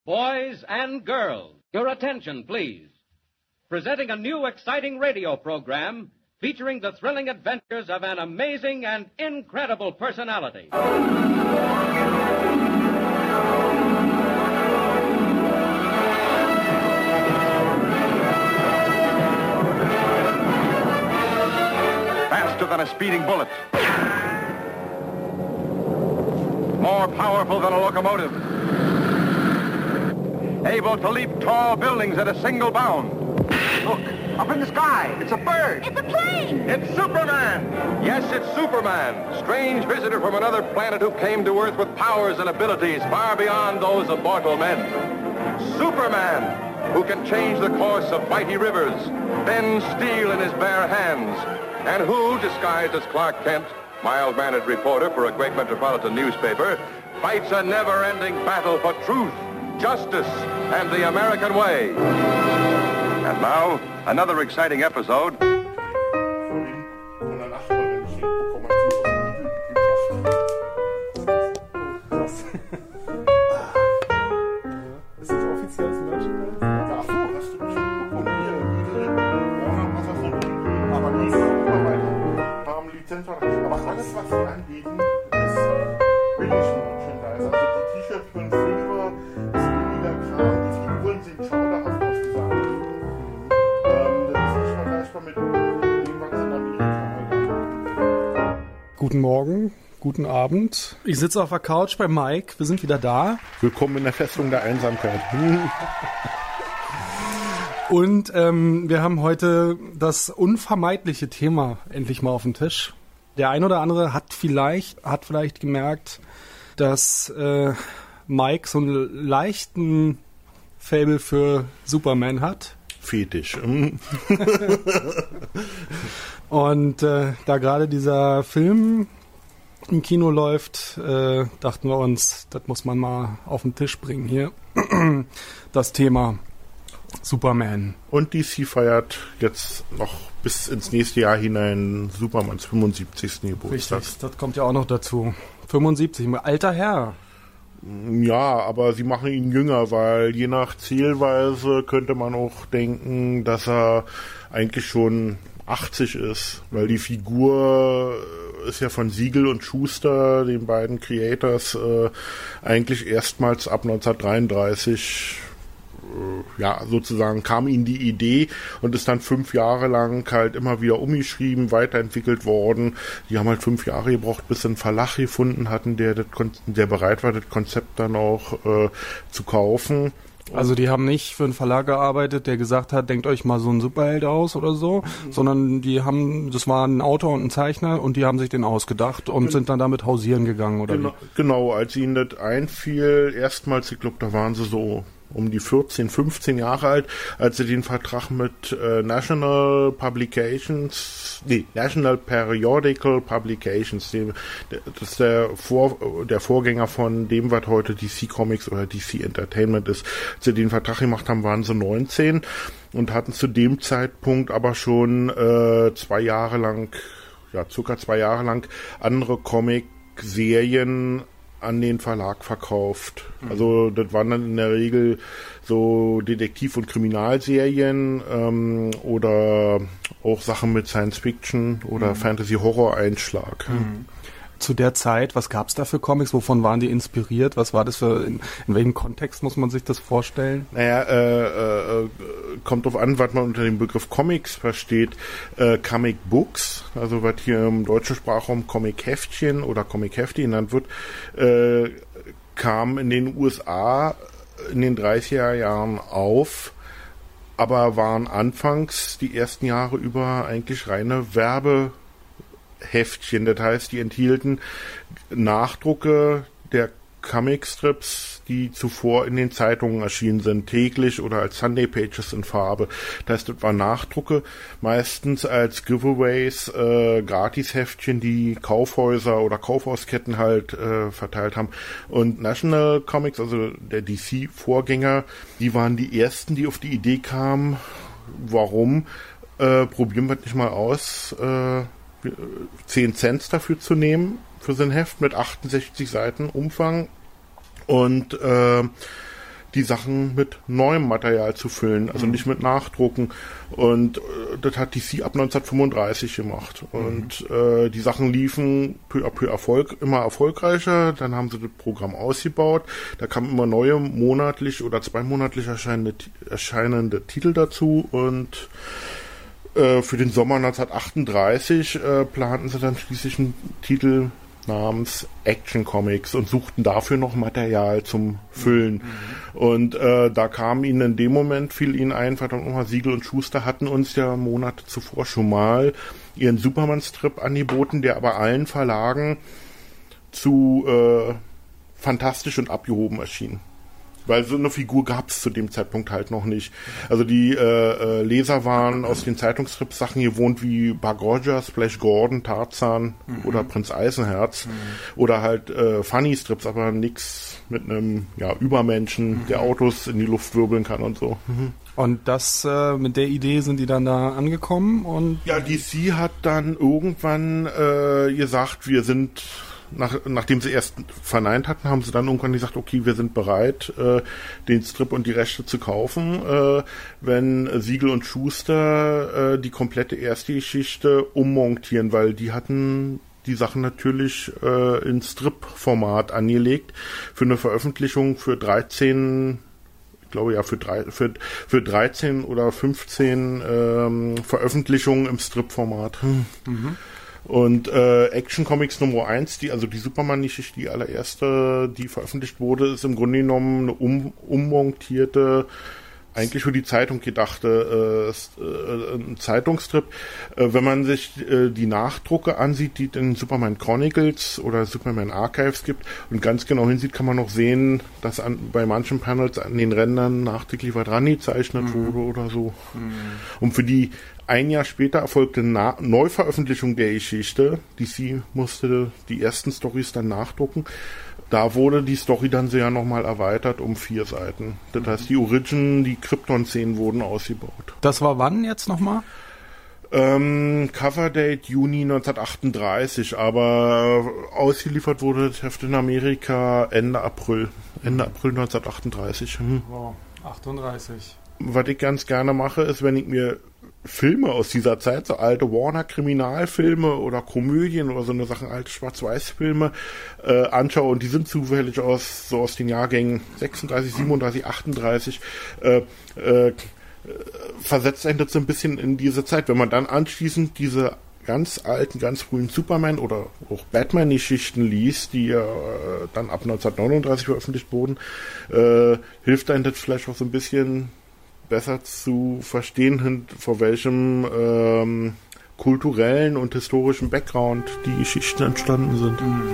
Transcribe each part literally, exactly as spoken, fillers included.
Boys and girls, your attention, please. Presenting a new exciting radio program featuring the thrilling adventures of an amazing and incredible personality. Faster than a speeding bullet. More powerful than a locomotive. Able to leap tall buildings at a single bound. Look, up in the sky, it's a bird. It's a plane. It's Superman. Yes, it's Superman, strange visitor from another planet who came to Earth with powers and abilities far beyond those of mortal men. Superman, who can change the course of mighty rivers, bend steel in his bare hands, and who, disguised as Clark Kent, mild-mannered reporter for a great metropolitan newspaper, fights a never-ending battle for truth, justice, and the American way. And now, another exciting episode. Ist das offizielles Merchandise? Ach so, hast du bestimmt bekommen. Hier, Lidl, Warner, was auch immer. Aber nie mal weiter. Warum Lizenzvertrag? Aber alles, was sie anbieten, ist billig Merchandise. Also die T-Shirts für einen Fünfer ist billiger Kram. Die Figuren sind schauderhaft ausgesagt. Ähm, das ist nicht vergleichbar mit dem, was in Amerika hat. Guten Morgen. Guten Abend. Ich sitze auf der Couch bei Mike. Wir sind wieder da. Willkommen in der Festung der Einsamkeit. Und ähm, wir haben heute das unvermeidliche Thema endlich mal auf dem Tisch. Der ein oder andere hat vielleicht, hat vielleicht gemerkt, dass äh, Mike so einen leichten Faible für Superman hat. Fetisch. Und äh, da gerade dieser Film im Kino läuft, äh, dachten wir uns, das muss man mal auf den Tisch bringen hier. Das Thema Superman. Und D C feiert jetzt noch bis ins nächste Jahr hinein Supermans fünfundsiebzigsten Geburtstag. Richtig, das kommt ja auch noch dazu. fünfundsiebzig, alter Herr. Ja, aber sie machen ihn jünger, weil je nach Zählweise könnte man auch denken, dass er eigentlich schon achtzig ist, weil die Figur ist ja von Siegel und Schuster, den beiden Creators, äh, eigentlich erstmals ab neunzehnhundertdreiunddreißig äh, ja, sozusagen kam ihnen die Idee und ist dann fünf Jahre lang halt immer wieder umgeschrieben, weiterentwickelt worden. Die haben halt fünf Jahre gebraucht, bis sie einen Verlag gefunden hatten, der, das Kon- der bereit war, das Konzept dann auch äh, zu kaufen. Also die haben nicht für einen Verlag gearbeitet, der gesagt hat, denkt euch mal so einen Superheld aus oder so, mhm. sondern die haben, das war ein Autor und ein Zeichner und die haben sich den ausgedacht und Gen- sind dann damit hausieren gegangen, oder genau, wie? Genau, als ihnen das einfiel, erstmals, ich glaube, da waren sie so um die vierzehn, fünfzehn Jahre alt, als sie den Vertrag mit äh, National Publications, nee, National Periodical Publications, dem, das ist der, Vor, der Vorgänger von dem, was heute D C Comics oder D C Entertainment ist. Als sie den Vertrag gemacht haben, waren sie neunzehn und hatten zu dem Zeitpunkt aber schon äh, zwei Jahre lang, ja, circa zwei Jahre lang andere Comic-Serien an den Verlag verkauft. Mhm. Also das waren dann in der Regel so Detektiv- und Kriminalserien ähm, oder auch Sachen mit Science-Fiction oder mhm. Fantasy-Horror-Einschlag. Mhm. Zu der Zeit, was gab's da für Comics? Wovon waren die inspiriert? Was war das für, in, in welchem Kontext muss man sich das vorstellen? Naja, äh, äh, kommt drauf an, was man unter dem Begriff Comics versteht. Äh, Comic Books, also was hier im deutschen Sprachraum Comic-Heftchen oder Comic-Hefti genannt wird, äh, kam in den U S A in den dreißiger Jahren auf, aber waren anfangs die ersten Jahre über eigentlich reine Werbe Heftchen, das heißt, die enthielten Nachdrucke der Comicstrips, die zuvor in den Zeitungen erschienen sind, täglich oder als Sunday Pages in Farbe. Das heißt, das waren Nachdrucke, meistens als Giveaways, äh, Gratisheftchen, die Kaufhäuser oder Kaufhausketten halt äh, verteilt haben. Und National Comics, also der D C-Vorgänger, die waren die ersten, die auf die Idee kamen, warum äh, probieren wir das nicht mal aus, äh, zehn Cent dafür zu nehmen, für so ein Heft mit achtundsechzig Seiten Umfang und äh, die Sachen mit neuem Material zu füllen, also mhm. nicht mit Nachdrucken. Und äh, das hat D C ab neunzehnhundertfünfunddreißig gemacht. Mhm. Und äh, die Sachen liefen peu à peu Erfolg, immer erfolgreicher. Dann haben sie das Programm ausgebaut. Da kamen immer neue monatlich oder zweimonatlich erscheinende, erscheinende Titel dazu. Und äh, für den Sommer neunzehnhundertachtunddreißig äh, planten sie dann schließlich einen Titel namens Action Comics und suchten dafür noch Material zum Füllen. Mhm. Und äh, da kam ihnen in dem Moment, fiel ihnen ein, verdammt nochmal, Siegel und Schuster hatten uns ja Monate zuvor schon mal ihren Superman-Strip angeboten, der aber allen Verlagen zu äh, fantastisch und abgehoben erschien. Weil so eine Figur gab es zu dem Zeitpunkt halt noch nicht. Also die äh, äh, Leser waren aus den Zeitungsstrips Sachen gewohnt wie Buck Rogers, Flash Gordon, Tarzan mhm. oder Prinz Eisenherz mhm. oder halt äh, Funny Strips, aber nix mit einem ja, Übermenschen, mhm. der Autos in die Luft wirbeln kann und so. Mhm. Und das äh, mit der Idee sind die dann da angekommen und ja, D C hat dann irgendwann äh, gesagt, wir sind Nach, nachdem sie erst verneint hatten, haben sie dann irgendwann gesagt, okay, wir sind bereit, äh, den Strip und die Rechte zu kaufen, äh, wenn Siegel und Schuster äh, die komplette erste Geschichte ummontieren, weil die hatten die Sachen natürlich äh, in Strip-Format angelegt für eine Veröffentlichung für dreizehn, ich glaube ja für, drei, für, für dreizehn oder fünfzehn ähm, Veröffentlichungen im Strip-Format. Hm. Mhm. Und äh, Action Comics Nummer eins, die, also die Superman-Geschichte, die allererste, die veröffentlicht wurde, ist im Grunde genommen eine um, ummontierte, eigentlich für die Zeitung gedachte äh, äh, ein Zeitungstrip. Äh, wenn man sich äh, die Nachdrucke ansieht, die es in Superman Chronicles oder Superman Archives gibt und ganz genau hinsieht, kann man noch sehen, dass an, bei manchen Panels an den Rändern nachträglich was dran gezeichnet mhm. wurde oder so. Mhm. Und für die ein Jahr später erfolgte Na- Neuveröffentlichung der Geschichte. D C musste die ersten Storys dann nachdrucken. Da wurde die Story dann sehr nochmal erweitert um vier Seiten. Das heißt, die Origin, die Krypton-Szenen wurden ausgebaut. Das war wann jetzt nochmal? Ähm, Coverdate Juni neunzehnhundertachtunddreißig, aber ausgeliefert wurde das Heft in Amerika Ende April. Ende April neunzehnhundertachtunddreißig. Hm. Wow, achtunddreißig. Was ich ganz gerne mache, ist, wenn ich mir Filme aus dieser Zeit, so alte Warner-Kriminalfilme oder Komödien oder so eine Sachen, alte Schwarz-Weiß-Filme äh, anschaue und die sind zufällig aus so aus den Jahrgängen sechsunddreißig, siebenunddreißig, achtunddreißig, äh, äh, versetzt einen das so ein bisschen in diese Zeit. Wenn man dann anschließend diese ganz alten, ganz frühen Superman oder auch Batman-Geschichten liest, die ja äh, dann ab neunzehnhundertneununddreißig veröffentlicht wurden, äh, hilft einem das vielleicht auch so ein bisschen besser zu verstehen, vor welchem ähm, kulturellen und historischen Background die Geschichten entstanden sind. Mhm.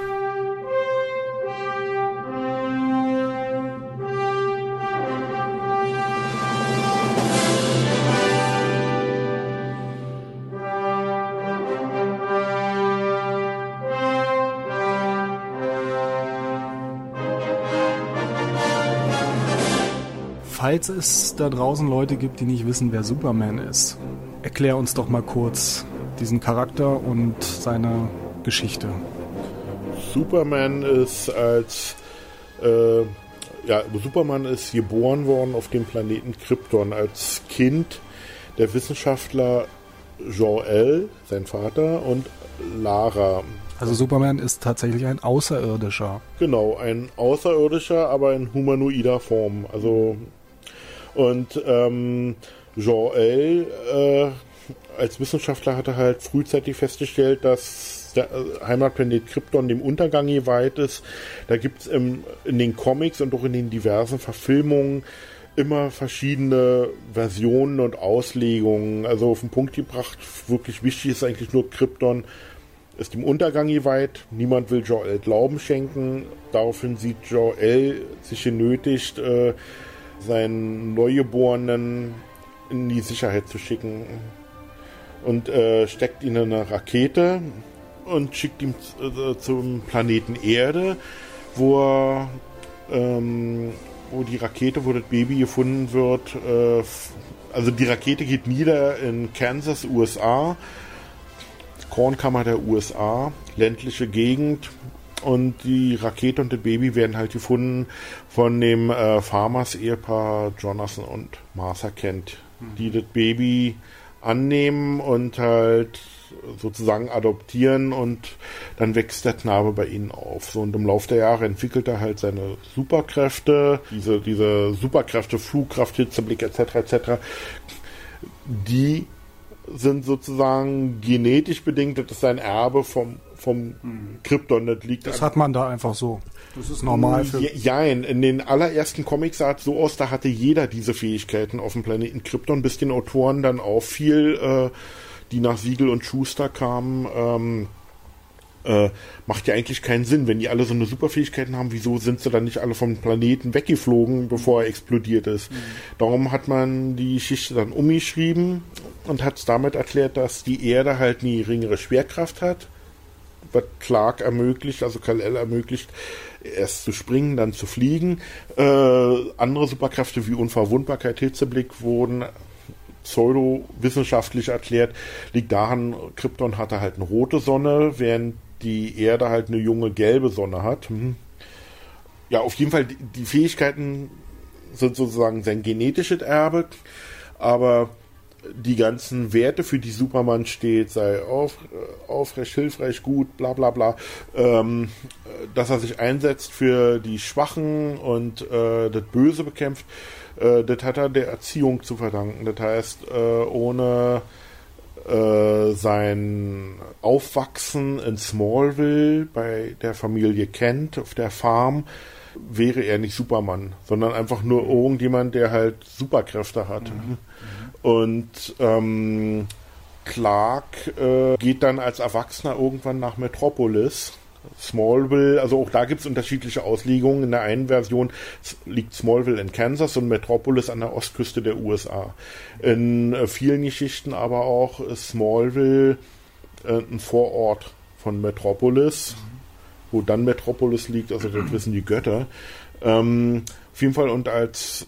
Falls es da draußen Leute gibt, die nicht wissen, wer Superman ist, erklär uns doch mal kurz diesen Charakter und seine Geschichte. Superman ist als äh, ja, Superman ist geboren worden auf dem Planeten Krypton als Kind der Wissenschaftler Jor-El, sein Vater, und Lara. Also Superman ist tatsächlich ein Außerirdischer. Genau, ein Außerirdischer, aber in humanoider Form. Also und ähm, Jor-El äh, als Wissenschaftler hatte halt frühzeitig festgestellt, dass der Heimatplanet Krypton dem Untergang geweiht ist. Da gibt es in den Comics und auch in den diversen Verfilmungen immer verschiedene Versionen und Auslegungen. Also auf den Punkt gebracht, wirklich wichtig ist eigentlich nur, Krypton ist dem Untergang geweiht. Niemand will Jor-El Glauben schenken. Daraufhin sieht Jor-El sich genötigt, äh, seinen Neugeborenen in die Sicherheit zu schicken und äh, steckt ihn in eine Rakete und schickt ihn äh, zum Planeten Erde, wo er, ähm, wo die Rakete, wo das Baby gefunden wird, äh, also die Rakete geht nieder in Kansas, U S A, Kornkammer der U S A, ländliche Gegend, und die Rakete und das Baby werden halt gefunden von dem äh, Farmers-Ehepaar Jonathan und Martha Kent, mhm. die das Baby annehmen und halt sozusagen adoptieren und dann wächst der Knabe bei ihnen auf. So, und im Laufe der Jahre entwickelt er halt seine Superkräfte, diese, diese Superkräfte, Flugkraft, Hitzeblick et cetera et cetera. Die sind sozusagen genetisch bedingt, das ist ein Erbe vom, vom hm. Krypton. Das liegt das hat man da einfach so. Das ist normal für... Ja, in den allerersten Comics sah es so aus, da hatte jeder diese Fähigkeiten auf dem Planeten Krypton, bis den Autoren dann auffiel, äh, die nach Siegel und Schuster kamen, ähm, äh, macht ja eigentlich keinen Sinn. Wenn die alle so eine Superfähigkeiten haben, wieso sind sie dann nicht alle vom Planeten weggeflogen, bevor er explodiert ist? Mhm. Darum hat man die Geschichte dann umgeschrieben und hat es damit erklärt, dass die Erde halt eine geringere Schwerkraft hat, was Clark ermöglicht, also Kal-El ermöglicht, erst zu springen, dann zu fliegen. Äh, andere Superkräfte wie Unverwundbarkeit, Hitzeblick wurden pseudo-wissenschaftlich erklärt, liegt daran, Krypton hatte halt eine rote Sonne, während die Erde halt eine junge gelbe Sonne hat. Hm. Ja, auf jeden Fall, die, die Fähigkeiten sind sozusagen sein genetisches Erbe, aber die ganzen Werte, für die Superman steht, sei auf, aufrecht, hilfreich, gut, bla bla bla, ähm, dass er sich einsetzt für die Schwachen und äh, das Böse bekämpft, äh, das hat er der Erziehung zu verdanken. Das heißt, äh, ohne äh, sein Aufwachsen in Smallville bei der Familie Kent auf der Farm wäre er nicht Superman, sondern einfach nur irgendjemand, der halt Superkräfte hat. Mhm. Und ähm, Clark äh, geht dann als Erwachsener irgendwann nach Metropolis. Smallville, also auch da gibt es unterschiedliche Auslegungen. In der einen Version liegt Smallville in Kansas und Metropolis an der Ostküste der U S A. In äh, vielen Geschichten aber auch ist Smallville äh, ein Vorort von Metropolis, wo dann Metropolis liegt, also das wissen die Götter. Ähm, auf jeden Fall, und als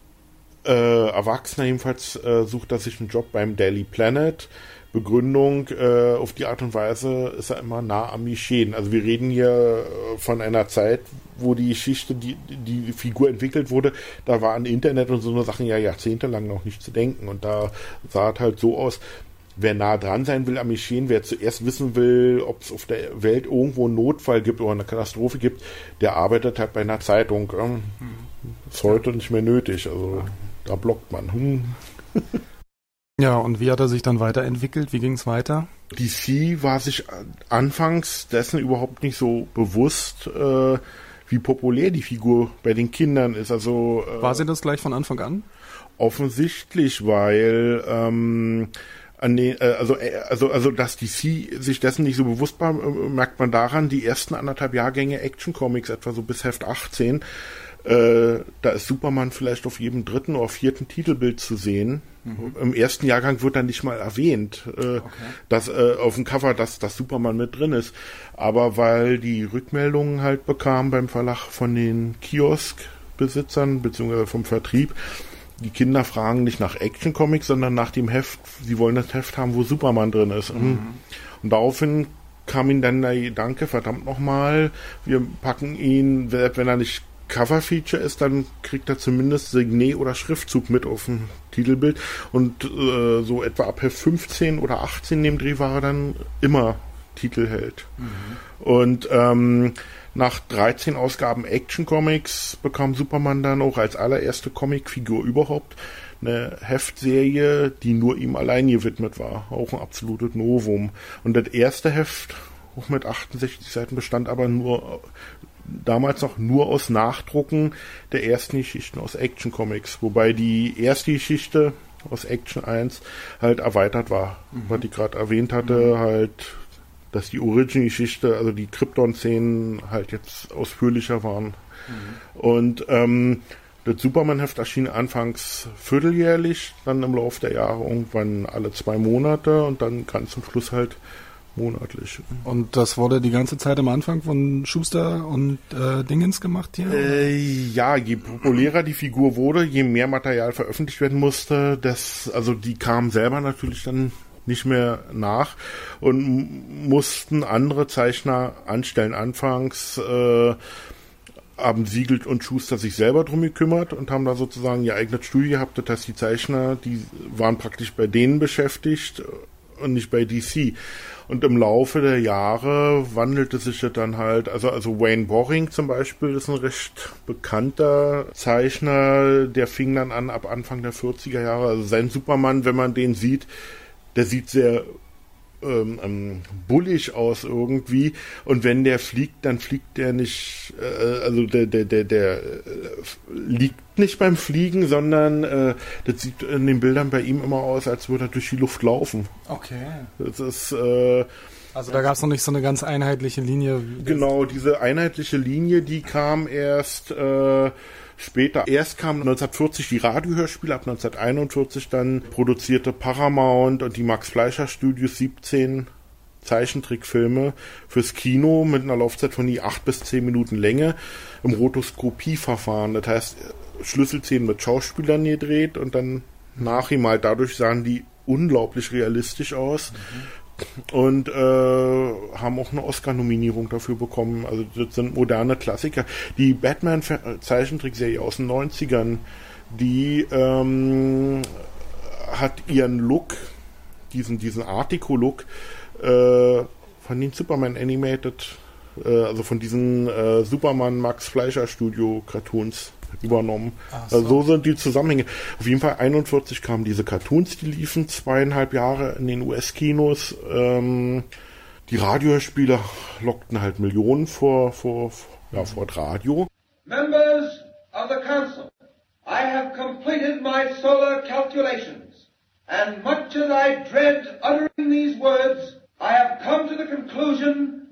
äh, Erwachsener jedenfalls äh, sucht er sich einen Job beim Daily Planet. Begründung, äh, auf die Art und Weise ist er immer nah am Geschehen. Also wir reden hier von einer Zeit, wo die Geschichte, die, die Figur entwickelt wurde, da war an Internet und so eine Sachen ja jahrzehntelang noch nicht zu denken. Und da sah es halt so aus, wer nah dran sein will am Geschehen, wer zuerst wissen will, ob es auf der Welt irgendwo einen Notfall gibt oder eine Katastrophe gibt, der arbeitet halt bei einer Zeitung. Ähm, ist heute nicht mehr nötig, also da blockt man. Hm. Ja, und wie hat er sich dann weiterentwickelt? Wie ging es weiter? D C war sich anfangs dessen überhaupt nicht so bewusst, äh, wie populär die Figur bei den Kindern ist. Also äh, war sie das gleich von Anfang an? Offensichtlich, weil ähm, an den, äh, also, äh, also, also dass D C sich dessen nicht so bewusst war, äh, merkt man daran, die ersten anderthalb Jahrgänge Action-Comics, etwa so bis Heft achtzehn, äh, da ist Superman vielleicht auf jedem dritten oder vierten Titelbild zu sehen. Mhm. Im ersten Jahrgang wird dann nicht mal erwähnt, äh, okay. dass äh, auf dem Cover, dass, dass Superman mit drin ist. Aber weil die Rückmeldungen halt bekamen beim Verlag von den Kioskbesitzern beziehungsweise vom Vertrieb, die Kinder fragen nicht nach Action-Comics, sondern nach dem Heft. Sie wollen das Heft haben, wo Superman drin ist. Mhm. Und daraufhin kam ihnen dann der Gedanke, verdammt nochmal, wir packen ihn, wenn er nicht Cover-Feature ist, dann kriegt er zumindest Signet oder Schriftzug mit auf dem Titelbild. Und äh, so etwa ab Heft fünfzehn oder achtzehn neben Dreh war er dann immer Titelheld. Mhm. Und ähm, nach dreizehn Ausgaben Action Comics bekam Superman dann auch als allererste Comicfigur überhaupt eine Heftserie, die nur ihm allein gewidmet war. Auch ein absolutes Novum. Und das erste Heft, auch mit achtundsechzig Seiten, bestand aber nur damals noch nur aus Nachdrucken der ersten Geschichten aus Action Comics, wobei die erste Geschichte aus Action eins halt erweitert war, mhm. was ich gerade erwähnt hatte, mhm. halt, dass die Origin-Geschichte, also die Krypton-Szenen halt jetzt ausführlicher waren. Mhm. Und ähm, das Superman-Heft erschien anfangs vierteljährlich, dann im Laufe der Jahre irgendwann alle zwei Monate und dann ganz zum Schluss halt monatlich. Und das wurde die ganze Zeit am Anfang von Schuster und äh, Dingens gemacht hier? Äh, ja, je populärer die Figur wurde, je mehr Material veröffentlicht werden musste, das, also die kamen selber natürlich dann nicht mehr nach und m- mussten andere Zeichner anstellen. Anfangs äh, haben Siegelt und Schuster sich selber drum gekümmert und haben da sozusagen ihr eigenes Studio gehabt. Das heißt, die Zeichner, die waren praktisch bei denen beschäftigt und nicht bei D C. Und im Laufe der Jahre wandelte sich das dann halt, also, also Wayne Boring zum Beispiel ist ein recht bekannter Zeichner, der fing dann an ab Anfang der vierziger Jahre. Also sein Superman, wenn man den sieht, der sieht sehr ähm, ähm, bullig aus irgendwie. Und wenn der fliegt, dann fliegt der nicht, äh, also der, der, der, der äh, liegt nicht beim Fliegen, sondern äh, das sieht in den Bildern bei ihm immer aus, als würde er durch die Luft laufen. Okay. Das ist äh, Also da gab es noch nicht so eine ganz einheitliche Linie. genau, diese einheitliche Linie, die kam erst äh, später. Erst kam neunzehnhundertvierzig die Radiohörspiele, ab neunzehnhunderteinundvierzig dann produzierte Paramount und die Max Fleischer Studios siebzehn Zeichentrickfilme fürs Kino mit einer Laufzeit von je acht bis zehn Minuten Länge im Rotoskopieverfahren. Das heißt, Schlüsselszenen mit Schauspielern gedreht und dann nachgemalt. Dadurch sahen die unglaublich realistisch aus. Mhm. Und äh, haben auch eine Oscar-Nominierung dafür bekommen. Also das sind moderne Klassiker. Die Batman-Zeichentrickserie aus den neunzigern, die ähm, hat ihren Look, diesen, diesen Artico-Look äh, von den Superman Animated, äh, also von diesen äh, Superman Max Fleischer Studio Cartoons übernommen. So. Also so sind die Zusammenhänge. Auf jeden Fall einundvierzig kamen diese Cartoons, die liefen zweieinhalb Jahre in den U S-Kinos. Ähm, die Radiohörspiele lockten halt Millionen vor, vor, ja, vor das Radio. Members of the Council, I have completed my solar calculations, and much as I dread uttering these words, I have come to the conclusion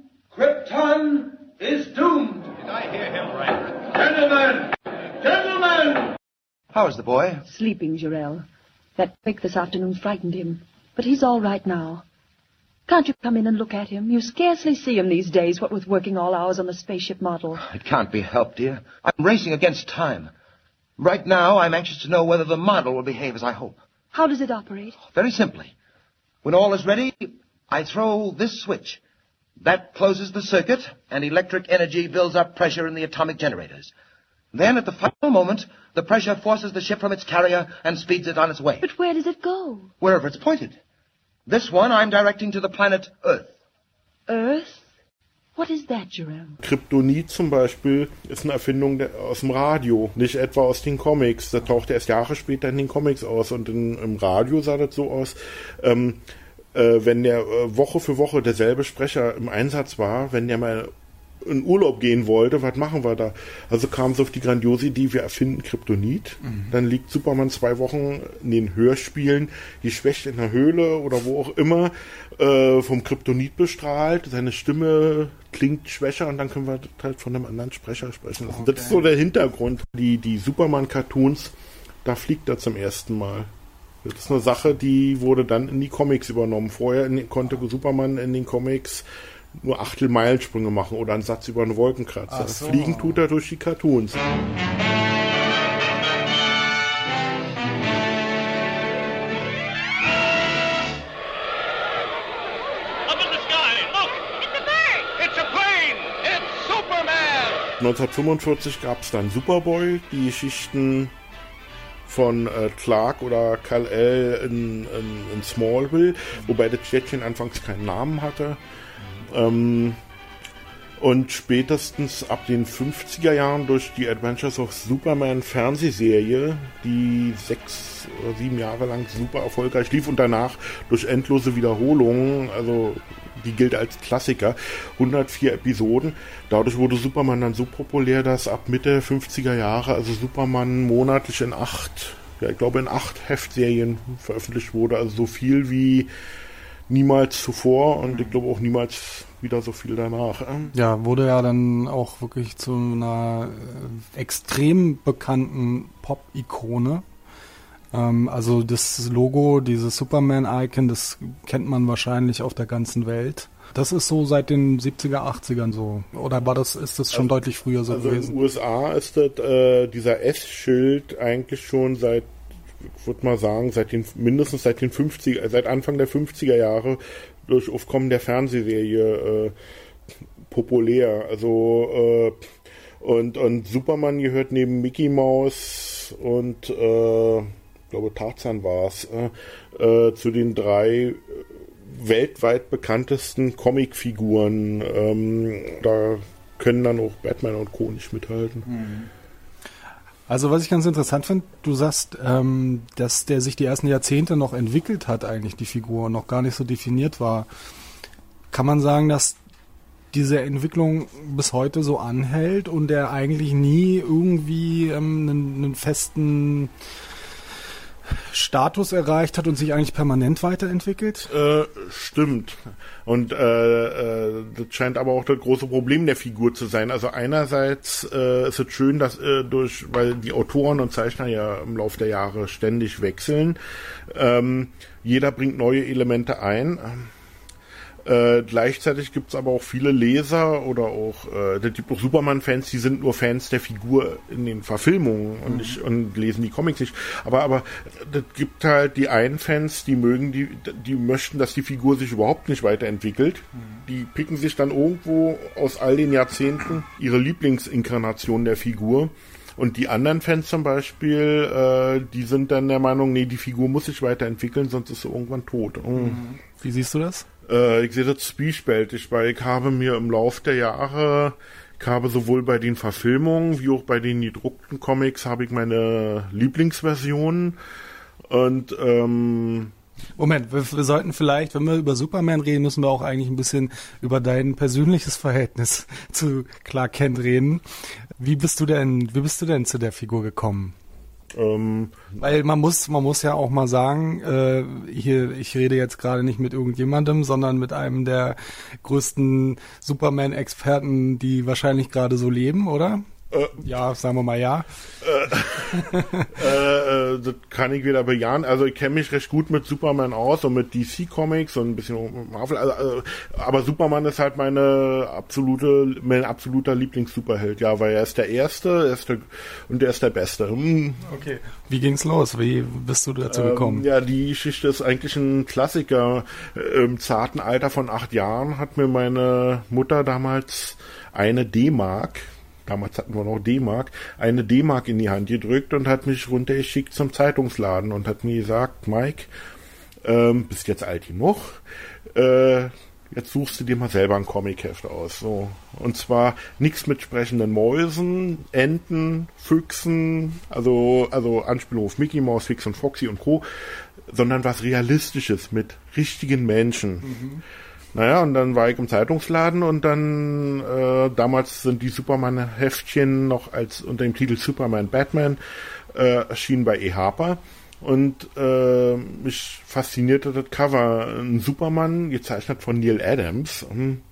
Krypton is doomed. Did I hear him right? Gentlemen! Gentlemen! How is the boy? Sleeping, Jarell. That quake this afternoon frightened him. But he's all right now. Can't you come in and look at him? You scarcely see him these days, what with working all hours on the spaceship model. It can't be helped, dear. I'm racing against time. Right now, I'm anxious to know whether the model will behave as I hope. How does it operate? Very simply. When all is ready, I throw this switch. That closes the circuit, and electric energy builds up pressure in the atomic generators. Then, at the final moment, the pressure forces the ship from its carrier and speeds it on its way. But where does it go? Wherever it's pointed. This one I'm directing to the planet Earth. Earth? What is that, Jerome? Kryptonit zum Beispiel ist eine Erfindung der, aus dem Radio, nicht etwa aus den Comics. Das tauchte erst Jahre später in den Comics aus und in, im Radio sah das so aus, ähm, äh, wenn der äh, Woche für Woche derselbe Sprecher im Einsatz war, wenn der mal in Urlaub gehen wollte, was machen wir da? Also kam es auf die grandiose Idee, wir erfinden Kryptonit. Mhm. Dann liegt Superman zwei Wochen in den Hörspielen, geschwächt in der Höhle oder wo auch immer, äh, vom Kryptonit bestrahlt. Seine Stimme klingt schwächer und dann können wir halt von einem anderen Sprecher sprechen lassen. Okay. Das ist so der Hintergrund. Die, die Superman-Cartoons, da fliegt er zum ersten Mal. Das ist eine Sache, die wurde dann in die Comics übernommen. Vorher in, konnte Superman in den Comics nur Achtelmeilensprünge machen oder einen Satz über einen Wolkenkratzer. So. Fliegen tut er durch die Cartoons. Up in the sky, look! It's a bird! It's a plane! It's Superman! neunzehnhundertfünfundvierzig gab es dann Superboy, die Geschichten von äh, Clark oder Kal-El in, in, in Smallville, wobei das Städtchen anfangs keinen Namen hatte. Ähm, und spätestens ab den fünfziger Jahren durch die Adventures of Superman Fernsehserie, die sechs oder sieben Jahre lang super erfolgreich lief und danach durch endlose Wiederholungen, also die gilt als Klassiker, hundertvier Episoden. Dadurch wurde Superman dann so populär, dass ab Mitte fünfziger Jahre, also Superman monatlich in acht, ja ich glaube in acht Heftserien veröffentlicht wurde, also so viel wie niemals zuvor und ich glaube auch niemals wieder so viel danach. Ja, wurde ja dann auch wirklich zu einer äh, extrem bekannten Pop-Ikone. Ähm, also das Logo, dieses Superman-Icon, das kennt man wahrscheinlich auf der ganzen Welt. Das ist so seit den siebziger, achtzigern so. Oder war das, ist das schon also, deutlich früher so also gewesen? In den U S A ist das, äh, dieser S-Schild eigentlich schon seit ich würde mal sagen, seit den, mindestens seit den fünfziger, seit Anfang der fünfziger Jahre durch Aufkommen der Fernsehserie äh, populär. Also äh, und, und Superman gehört neben Mickey Mouse und äh, ich glaube Tarzan war es, äh, äh, zu den drei weltweit bekanntesten Comicfiguren. Ähm, da können dann auch Batman und Co. nicht mithalten. Also was ich ganz interessant finde, du sagst, ähm, dass der sich die ersten Jahrzehnte noch entwickelt hat, eigentlich die Figur, und noch gar nicht so definiert war. Kann man sagen, dass diese Entwicklung bis heute so anhält und der eigentlich nie irgendwie ähm, einen, einen festen Status erreicht hat und sich eigentlich permanent weiterentwickelt? Äh, stimmt. Und äh, äh, das scheint aber auch das große Problem der Figur zu sein. Also einerseits äh, ist es schön, dass äh, durch, weil die Autoren und Zeichner ja im Laufe der Jahre ständig wechseln, ähm, jeder bringt neue Elemente ein. Äh, gleichzeitig gibt es aber auch viele Leser oder auch, äh, es gibt auch Superman-Fans, die sind nur Fans der Figur in den Verfilmungen und, nicht, und lesen die Comics nicht. Aber aber es gibt halt die einen Fans, die mögen die, die möchten, dass die Figur sich überhaupt nicht weiterentwickelt. Mhm. Die picken sich dann irgendwo aus all den Jahrzehnten ihre Lieblingsinkarnation der Figur. Und die anderen Fans zum Beispiel, äh, die sind dann der Meinung, nee, die Figur muss sich weiterentwickeln, sonst ist sie irgendwann tot. Mhm. Wie siehst du das? Äh, ich sehe das zwiespältig, weil ich habe mir im Laufe der Jahre, ich habe sowohl bei den Verfilmungen wie auch bei den gedruckten Comics, habe ich meine Lieblingsversionen. Und ähm, Moment, wir, wir sollten vielleicht, wenn wir über Superman reden, müssen wir auch eigentlich ein bisschen über dein persönliches Verhältnis zu Clark Kent reden. Wie bist du denn, wie bist du denn zu der Figur gekommen? Ähm, Weil man muss, man muss ja auch mal sagen, äh, hier, ich rede jetzt gerade nicht mit irgendjemandem, sondern mit einem der größten Superman-Experten, die wahrscheinlich gerade so leben, oder? Äh, ja, sagen wir mal ja. Äh, äh, das kann ich wieder bejahen. Also ich kenne mich recht gut mit Superman aus und mit D C Comics und ein bisschen mit Marvel. Also, also, aber Superman ist halt meine absolute, mein absoluter Lieblings-Superheld. Ja, weil er ist der Erste, er ist der, und er ist der Beste. Hm. Okay. Wie ging's los? Wie bist du dazu gekommen? Ähm, ja, die Geschichte ist eigentlich ein Klassiker. Im zarten Alter von acht Jahren hat mir meine Mutter damals eine D-Mark, damals hatten wir noch D-Mark, eine D-Mark in die Hand gedrückt und hat mich runtergeschickt zum Zeitungsladen und hat mir gesagt, Mike, ähm, bist jetzt alt genug, äh, jetzt suchst du dir mal selber ein Comicheft aus. So. Und zwar nichts mit sprechenden Mäusen, Enten, Füchsen, also, also Anspielung auf Mickey Mouse, Fix und Foxy und Co., sondern was Realistisches mit richtigen Menschen. Mhm. Naja, und dann war ich im Zeitungsladen und dann, äh, damals sind die Superman-Heftchen noch als unter dem Titel Superman Batman äh, erschienen bei E. Harper. Und äh, mich faszinierte das Cover. Ein Superman, gezeichnet von Neil Adams,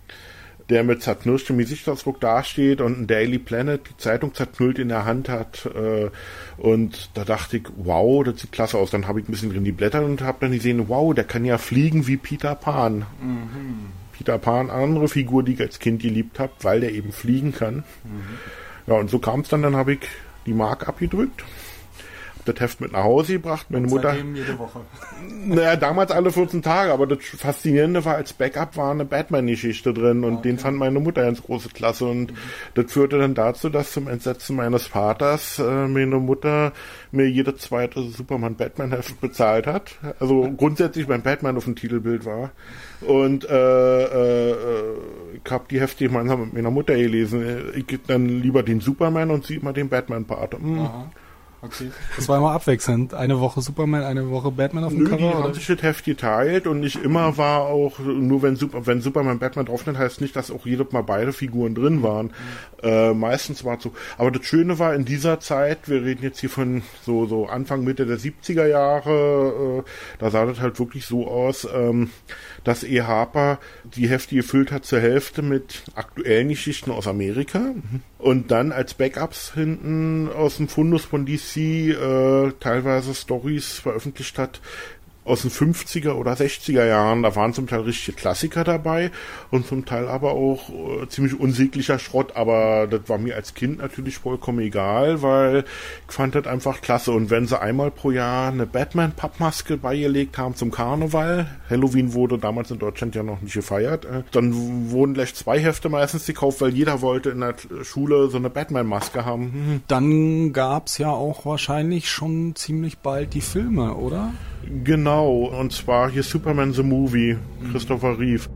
der mit zerknirschtem Gesichtsausdruck dasteht und ein Daily Planet, die Zeitung zerknüllt in der Hand hat. Äh, und da dachte ich, wow, das sieht klasse aus. Dann habe ich ein bisschen drin die Blätter und habe dann gesehen, wow, der kann ja fliegen wie Peter Pan. Mhm. Peter Pan, andere Figur, die ich als Kind geliebt habe, weil der eben fliegen kann. Mhm. Ja, und so kam es dann, dann habe ich die Mark abgedrückt, das Heft mit nach Hause gebracht. Meine und Mutter. Jede Woche. Naja, damals alle vierzehn Tage, aber das Faszinierende war, als Backup war eine Batman-Geschichte drin und okay. Den fand meine Mutter ganz große Klasse und mhm. das führte dann dazu, dass zum Entsetzen meines Vaters äh, meine Mutter mir jede zweite Superman-Batman-Heft bezahlt hat. Also grundsätzlich beim Batman auf dem Titelbild war. Und äh, äh, ich habe die Hefte gemeinsam mit meiner Mutter gelesen. Ich gebe dann lieber den Superman und sie immer den Batman-Part. Mhm. Aha. Okay. Das war immer abwechselnd. Eine Woche Superman, eine Woche Batman auf dem Nö, Cover? Die haben sich das Heft geteilt und nicht immer war auch, nur wenn, Super, wenn Superman Batman drauf stand, heißt nicht, dass auch jedes Mal beide Figuren drin waren. Mhm. Äh, meistens war es so. Aber das Schöne war in dieser Zeit, wir reden jetzt hier von so, so Anfang, Mitte der siebziger Jahre, äh, da sah das halt wirklich so aus, ähm, dass E. Harper die Hefte gefüllt hat zur Hälfte mit aktuellen Geschichten aus Amerika mhm. und dann als Backups hinten aus dem Fundus von D C äh, teilweise Stories veröffentlicht hat aus den fünfziger oder sechziger Jahren. Da waren zum Teil richtige Klassiker dabei und zum Teil aber auch äh, ziemlich unsäglicher Schrott. Aber das war mir als Kind natürlich vollkommen egal, weil ich fand das einfach klasse. Und wenn sie einmal pro Jahr eine Batman-Pappmaske beigelegt haben zum Karneval, Halloween wurde damals in Deutschland ja noch nicht gefeiert, äh, dann wurden gleich zwei Hefte meistens gekauft, weil jeder wollte in der Schule so eine Batman-Maske haben. Hm. Dann gab's ja auch wahrscheinlich schon ziemlich bald die Filme, oder? Genau, und zwar hier Superman the Movie, Christopher Reeve.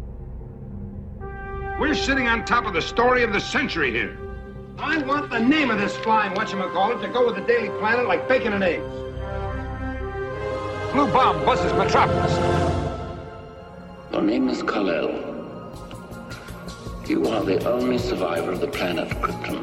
We're sitting on top of the story of the century here. I want the name of this flying whatchamacallit to go with the Daily Planet like bacon and eggs. Blue Bomb buses Metropolis. Your name is Kal-El. You are the only survivor of the planet Krypton.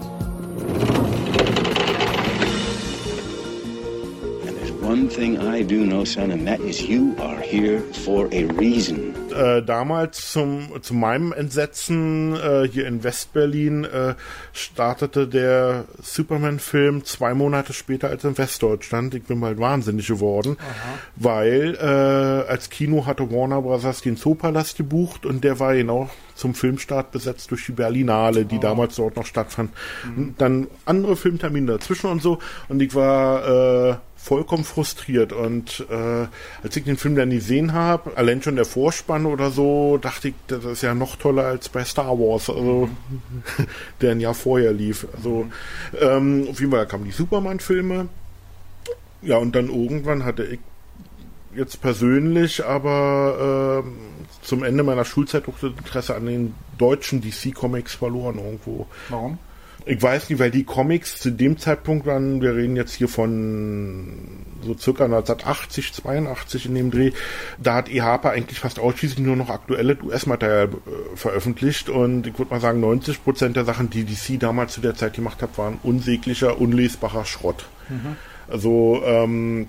One thing I do know, son, and that is you are here for a reason. Äh, damals zum zu meinem Entsetzen äh, hier in Westberlin äh, startete der Superman-Film zwei Monate später als in Westdeutschland. Ich bin bald wahnsinnig geworden, aha, weil äh, als Kino hatte Warner Bros. Den Zoopalast gebucht und der war genau zum Filmstart besetzt durch die Berlinale, die oh. damals dort noch stattfand. Mhm. Dann andere Filmtermine dazwischen und so und ich war äh, vollkommen frustriert und äh, als ich den Film dann gesehen habe, allein schon der Vorspann oder so, dachte ich, das ist ja noch toller als bei Star Wars, also der ein Jahr vorher lief. Also ähm, auf jeden Fall kamen die Superman-Filme, ja, und dann irgendwann hatte ich jetzt persönlich aber äh, zum Ende meiner Schulzeit auch das Interesse an den deutschen D C-Comics verloren irgendwo. Warum? Ich weiß nicht, weil die Comics zu dem Zeitpunkt waren, wir reden jetzt hier von so circa neunzehnhundertachtzig, zweiundachtzig in dem Dreh, da hat E. Harper eigentlich fast ausschließlich nur noch aktuelles U S-Material äh, veröffentlicht und ich würde mal sagen, neunzig Prozent der Sachen, die D C damals zu der Zeit gemacht hat, waren unsäglicher, unlesbarer Schrott. Mhm. Also, ähm,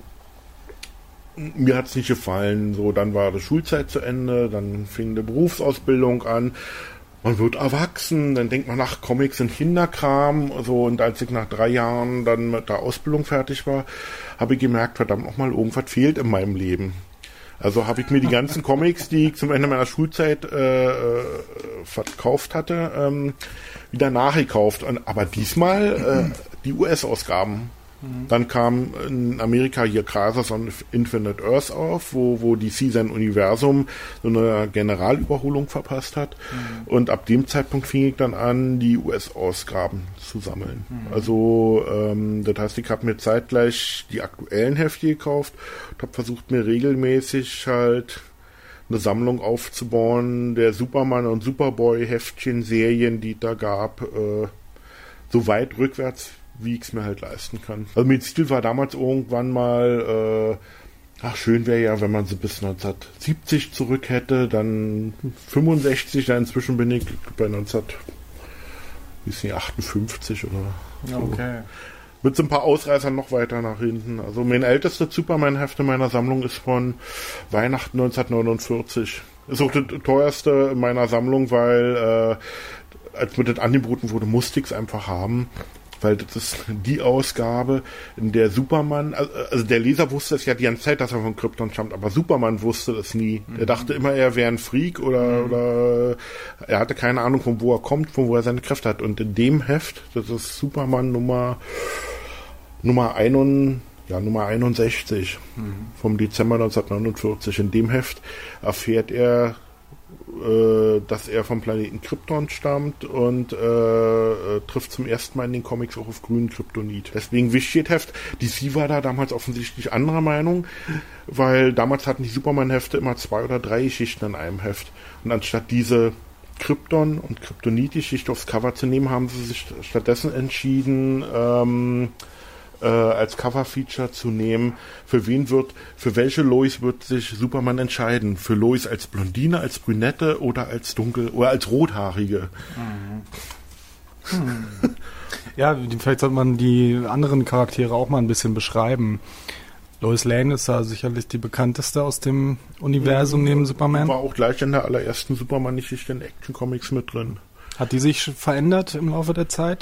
mir hat's nicht gefallen. So, dann war die Schulzeit zu Ende, dann fing die Berufsausbildung an. Man wird erwachsen, dann denkt man, ach, Comics sind Kinderkram, so, und als ich nach drei Jahren dann mit der Ausbildung fertig war, habe ich gemerkt, verdammt nochmal, irgendwas fehlt in meinem Leben. Also habe ich mir die ganzen Comics, die ich zum Ende meiner Schulzeit äh, verkauft hatte, ähm, wieder nachgekauft. Und, aber diesmal äh, die U S-Ausgaben. Dann kam in Amerika hier Crisis on Infinite Earth auf, wo, wo D C sein Universum so eine Generalüberholung verpasst hat. Mhm. Und ab dem Zeitpunkt fing ich dann an, die U S-Ausgaben zu sammeln. Mhm. Also ähm, das heißt, ich habe mir zeitgleich die aktuellen Hefte gekauft und habe versucht, mir regelmäßig halt eine Sammlung aufzubauen der Superman und Superboy-Heftchen-Serien, die es da gab, äh, so weit rückwärts, wie ich es mir halt leisten kann. Also mein Ziel war damals irgendwann mal, äh, ach, schön wäre ja, wenn man sie bis neunzehnhundertsiebzig zurück hätte, dann fünfundsechzig, dann inzwischen bin ich bei neunzehnhundertachtundfünfzig oder so. Okay. Mit so ein paar Ausreißern noch weiter nach hinten. Also mein ältestes Superman-Heft in meiner Sammlung ist von Weihnachten neunzehnhundertneunundvierzig. Ist auch das teuerste in meiner Sammlung, weil äh, als mir das angeboten wurde, musste ich es einfach haben. Weil das ist die Ausgabe, in der Superman, also der Leser wusste es ja die ganze Zeit, dass er von Krypton stammt, aber Superman wusste es nie. Mhm. Er dachte immer, er wäre ein Freak oder, mhm. oder er hatte keine Ahnung, von wo er kommt, von wo er seine Kräfte hat. Und in dem Heft, das ist Superman Nummer Nummer einundsiebzig, ja, Nummer einundsechzig mhm. vom Dezember neunzehnhundertneunundvierzig. In dem Heft erfährt er, äh, dass er vom Planeten Krypton stammt und äh, trifft zum ersten Mal in den Comics auch auf grünen Kryptonit. Deswegen wichtig Heft. D C war da damals offensichtlich anderer Meinung, weil damals hatten die Superman-Hefte immer zwei oder drei Geschichten in einem Heft. Und anstatt diese Krypton- und Kryptonit-Geschichte aufs Cover zu nehmen, haben sie sich stattdessen entschieden, ähm, Äh, als Cover-Feature zu nehmen, für wen wird, für welche Lois wird sich Superman entscheiden? Für Lois als Blondine, als Brünette oder als dunkel oder als Rothaarige? Mhm. Hm. Ja, vielleicht sollte man die anderen Charaktere auch mal ein bisschen beschreiben. Lois Lane ist da sicherlich die bekannteste aus dem Universum mhm. neben Superman. War auch gleich in der allerersten Superman-Geschichte in Action Comics mit drin. Hat die sich verändert im Laufe der Zeit?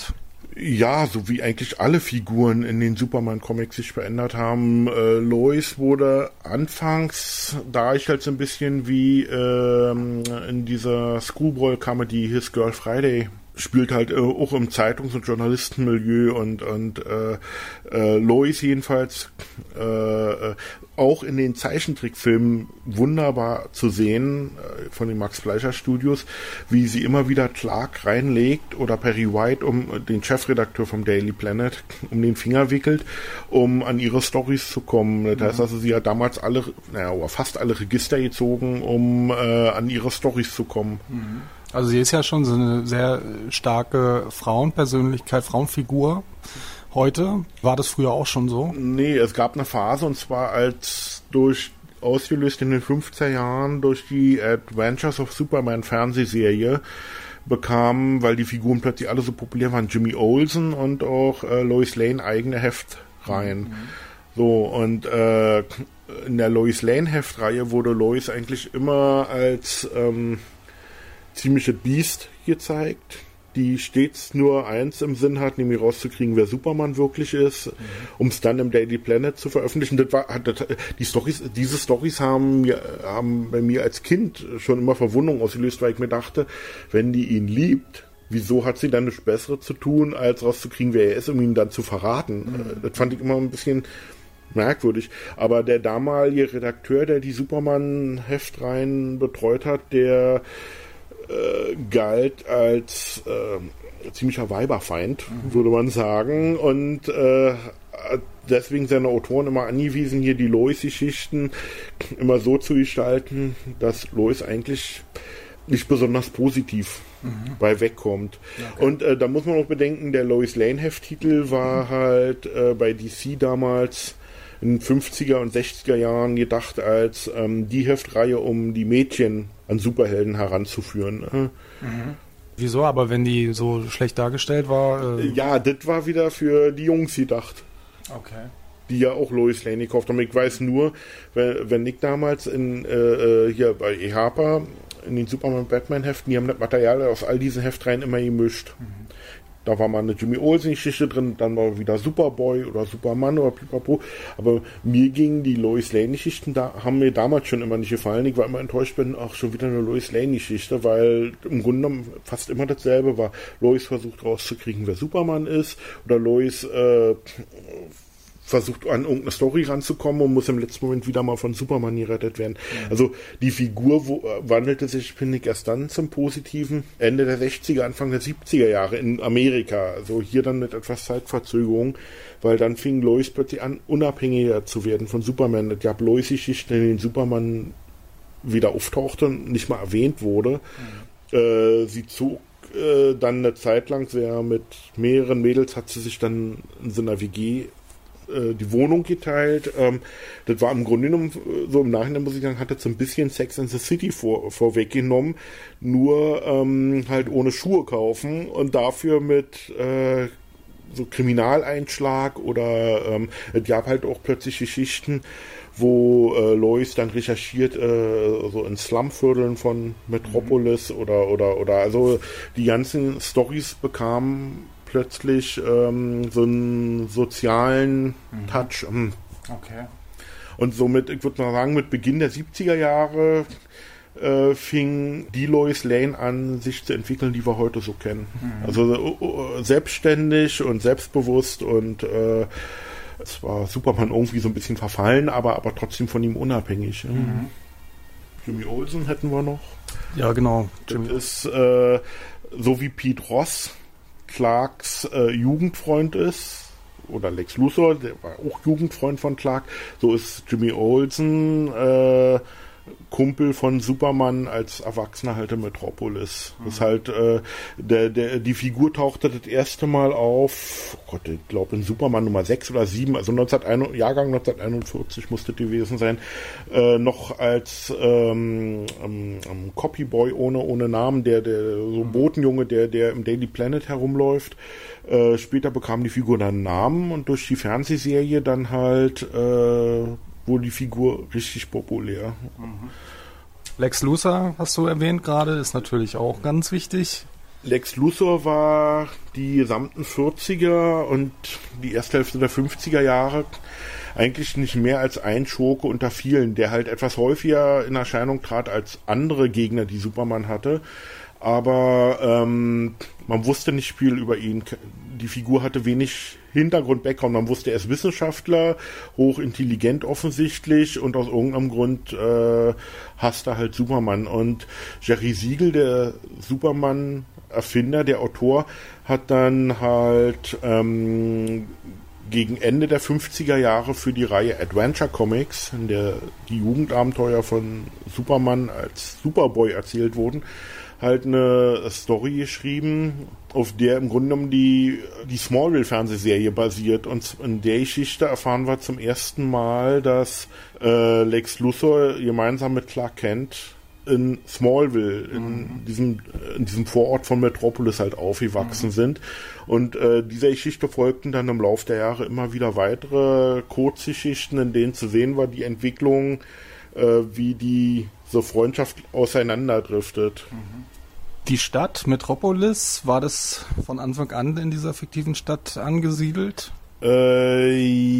Ja, so wie eigentlich alle Figuren in den Superman-Comics sich verändert haben. Äh, Lois wurde anfangs dargestellt so ein bisschen wie ähm, in dieser Screwball-Comedy His Girl Friday. Spielt halt äh, auch im Zeitungs- und Journalistenmilieu und, und äh, äh, Lois jedenfalls äh, äh, auch in den Zeichentrickfilmen wunderbar zu sehen äh, von den Max Fleischer Studios, wie sie immer wieder Clark reinlegt oder Perry White, um äh, den Chefredakteur vom Daily Planet, um den Finger wickelt, um an ihre Storys zu kommen. Das heißt also, sie hat damals alle, naja, fast alle Register gezogen, um äh, an ihre Storys zu kommen. Mhm. Also sie ist ja schon so eine sehr starke Frauenpersönlichkeit, Frauenfigur. Heute war das früher auch schon so? Nee, es gab eine Phase, und zwar als durch, ausgelöst in den fünfziger Jahren durch die Adventures of Superman Fernsehserie, bekamen, weil die Figuren plötzlich alle so populär waren, Jimmy Olsen und auch äh, Lois Lane eigene Heftreihen. Mhm. So, und äh, in der Lois Lane Heftreihe wurde Lois eigentlich immer als ähm, ziemliche Biest gezeigt, die stets nur eins im Sinn hat, nämlich rauszukriegen, wer Superman wirklich ist, mhm. um es dann im Daily Planet zu veröffentlichen. Das war, das, die Storys, diese Storys haben, haben bei mir als Kind schon immer Verwunderung ausgelöst, weil ich mir dachte, wenn die ihn liebt, wieso hat sie dann nichts Besseres zu tun, als rauszukriegen, wer er ist, um ihn dann zu verraten? Mhm. Das fand ich immer ein bisschen merkwürdig. Aber der damalige Redakteur, der die Superman-Heftreihen betreut hat, der Äh, galt als äh, ziemlicher Weiberfeind, mhm. würde man sagen, und äh, deswegen seine Autoren immer angewiesen, hier die Lois-Geschichten immer so zu gestalten, dass Lois eigentlich nicht besonders positiv mhm. bei wegkommt. Okay. Und äh, da muss man auch bedenken, der Lois Lane-Hefttitel war mhm. halt äh, bei D C damals in den fünfziger und sechziger Jahren gedacht als ähm, die Heftreihe, um die Mädchen an Superhelden heranzuführen. Mhm. Wieso? Aber wenn die so schlecht dargestellt war? Äh ja, das war wieder für die Jungs gedacht. Okay. Die ja auch Lois Lane gekauft haben. Ich weiß nur, wenn, wenn Nick damals in äh, hier bei E. Harper in den Superman-Batman-Heften, die haben das Material aus all diesen Heftreihen immer gemischt. Mhm. Da war mal eine Jimmy Olsen-Geschichte drin, dann war wieder Superboy oder Superman oder pipapo. Aber mir gingen die Lois Lane-Geschichten, da haben mir damals schon immer nicht gefallen. Ich war immer enttäuscht, wenn auch schon wieder eine Lois Lane-Geschichte, weil im Grunde genommen fast immer dasselbe war. Lois versucht rauszukriegen, wer Superman ist, oder Lois äh, versucht an irgendeine Story ranzukommen und muss im letzten Moment wieder mal von Superman gerettet werden. Ja. Also die Figur wo, wandelte sich, finde ich, erst dann zum Positiven Ende der sechziger, Anfang der siebziger Jahre in Amerika. Also hier dann mit etwas Zeitverzögerung, weil dann fing Lois plötzlich an, unabhängiger zu werden von Superman. Es gab Lois-Geschichten, in denen Superman wieder auftauchte und nicht mal erwähnt wurde. Mhm. Äh, sie zog äh, dann eine Zeit lang sehr mit mehreren Mädels, hat sie sich dann in so einer W G die Wohnung geteilt. Ähm, das war im Grunde genommen, so im Nachhinein muss ich sagen, hat das so ein bisschen Sex and the City vor, vorweggenommen, nur ähm, halt ohne Schuhe kaufen und dafür mit äh, so Kriminaleinschlag oder ähm, es gab halt auch plötzlich Geschichten, wo äh, Lois dann recherchiert, äh, so in Slumvierteln von Metropolis mhm. oder, oder, oder, also die ganzen Storys bekamen plötzlich ähm, so einen sozialen mhm. Touch. Okay. Und somit, ich würde mal sagen, mit Beginn der siebziger Jahre äh, fing die Lois Lane an, sich zu entwickeln, die wir heute so kennen. Mhm. Also uh, selbstständig und selbstbewusst und äh, es war Superman irgendwie so ein bisschen verfallen, aber, aber trotzdem von ihm unabhängig. Mhm. Jimmy Olsen hätten wir noch. Ja, genau. Jimmy. Das ist äh, so wie Pete Ross Clarks äh, Jugendfreund ist, oder Lex Luthor, der war auch Jugendfreund von Clark, so ist Jimmy Olsen äh, Kumpel von Superman als Erwachsener halt in Metropolis. Mhm. Das ist halt, äh, der, der, die Figur tauchte das erste Mal auf, oh Gott, ich glaube in Superman Nummer sechs oder sieben, also neunzehnhundertein, Jahrgang neunzehnhunderteinundvierzig musste gewesen sein, äh, noch als ähm, ähm, Copyboy ohne, ohne Namen, der, der so Botenjunge, der, der im Daily Planet herumläuft. Äh, später bekam die Figur dann einen Namen und durch die Fernsehserie dann halt äh, wurde die Figur richtig populär. Mhm. Lex Luthor, hast du erwähnt gerade, ist natürlich auch ganz wichtig. Lex Luthor war die gesamten vierziger und die erste Hälfte der fünfziger Jahre eigentlich nicht mehr als ein Schurke unter vielen, der halt etwas häufiger in Erscheinung trat als andere Gegner, die Superman hatte. Aber ähm, man wusste nicht viel über ihn. Die Figur hatte wenig Hintergrund-Background. Man wusste, er ist Wissenschaftler, hochintelligent offensichtlich und aus irgendeinem Grund äh, hasste halt Superman. Und Jerry Siegel, der Superman-Erfinder, der Autor, hat dann halt ähm, gegen Ende der fünfziger Jahre für die Reihe Adventure Comics, in der die Jugendabenteuer von Superman als Superboy erzählt wurden, halt eine Story geschrieben, auf der im Grunde genommen die, die Smallville-Fernsehserie basiert. Und in der Geschichte erfahren wir zum ersten Mal, dass äh, Lex Luthor gemeinsam mit Clark Kent in Smallville, in mhm. diesem in diesem Vorort von Metropolis halt aufgewachsen mhm. sind. Und äh, dieser Geschichte folgten dann im Laufe der Jahre immer wieder weitere Kurzgeschichten, in denen zu sehen war die Entwicklung, äh, wie die so Freundschaft auseinanderdriftet. Die Stadt Metropolis, war das von Anfang an in dieser fiktiven Stadt angesiedelt? Äh,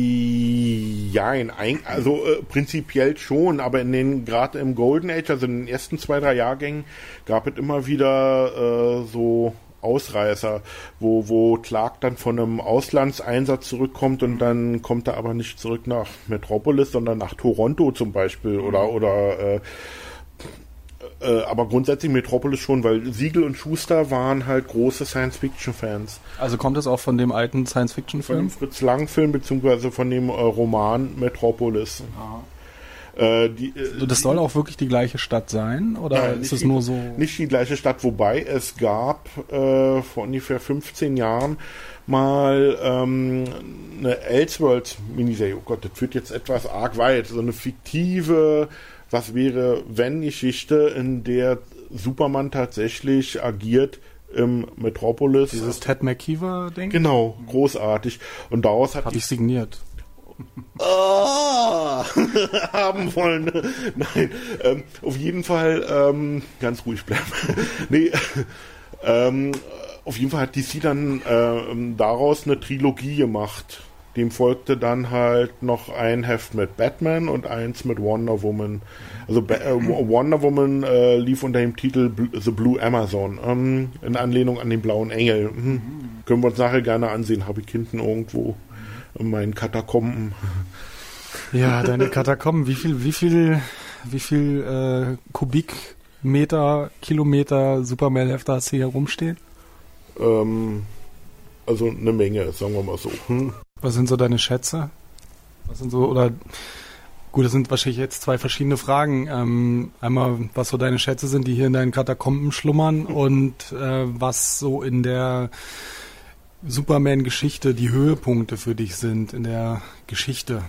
ja, also äh, prinzipiell schon, aber in den, gerade im Golden Age, also in den ersten zwei, drei Jahrgängen, gab es immer wieder äh, so Ausreißer, wo, wo Clark dann von einem Auslandseinsatz zurückkommt und dann kommt er aber nicht zurück nach Metropolis, sondern nach Toronto zum Beispiel oder, oder äh, Äh, aber grundsätzlich Metropolis schon, weil Siegel und Schuster waren halt große Science-Fiction-Fans. Also kommt es auch von dem alten Science-Fiction-Film? Von dem Fritz-Lang-Film, beziehungsweise von dem äh, Roman Metropolis. Äh, die, äh, das soll auch wirklich die gleiche Stadt sein? Oder äh, ist es die, nur so? Nicht die gleiche Stadt, wobei es gab äh, vor ungefähr fünfzehn Jahren mal ähm, eine Elseworlds-Miniserie. Oh Gott, das führt jetzt etwas arg weit. So eine fiktive Was wäre, wenn Geschichte, in der Superman tatsächlich agiert im Metropolis. Dieses Ted McKeever-Ding? Genau, großartig. Und daraus hat... Hab ich signiert. Oh, haben wollen. Nein, ähm, auf jeden Fall ähm, ganz ruhig bleiben. nee, ähm, auf jeden Fall hat D C dann ähm, daraus eine Trilogie gemacht. Dem folgte dann halt noch ein Heft mit Batman und eins mit Wonder Woman. Also ba- äh, Wonder Woman äh, lief unter dem Titel Bl- The Blue Amazon, ähm, in Anlehnung an den blauen Engel. Mhm. Können wir uns nachher gerne ansehen, habe ich hinten irgendwo in meinen Katakomben. Ja, deine Katakomben, wie viel, wie viel, wie viel äh, Kubikmeter, Kilometer Superman-Hefte hast du hier rumstehen? Ähm, also eine Menge, sagen wir mal so. Hm. Was sind so deine Schätze? Was sind so, oder, gut, das sind wahrscheinlich jetzt zwei verschiedene Fragen. Ähm, einmal, was so deine Schätze sind, die hier in deinen Katakomben schlummern und äh, was so in der Superman-Geschichte die Höhepunkte für dich sind, in der Geschichte.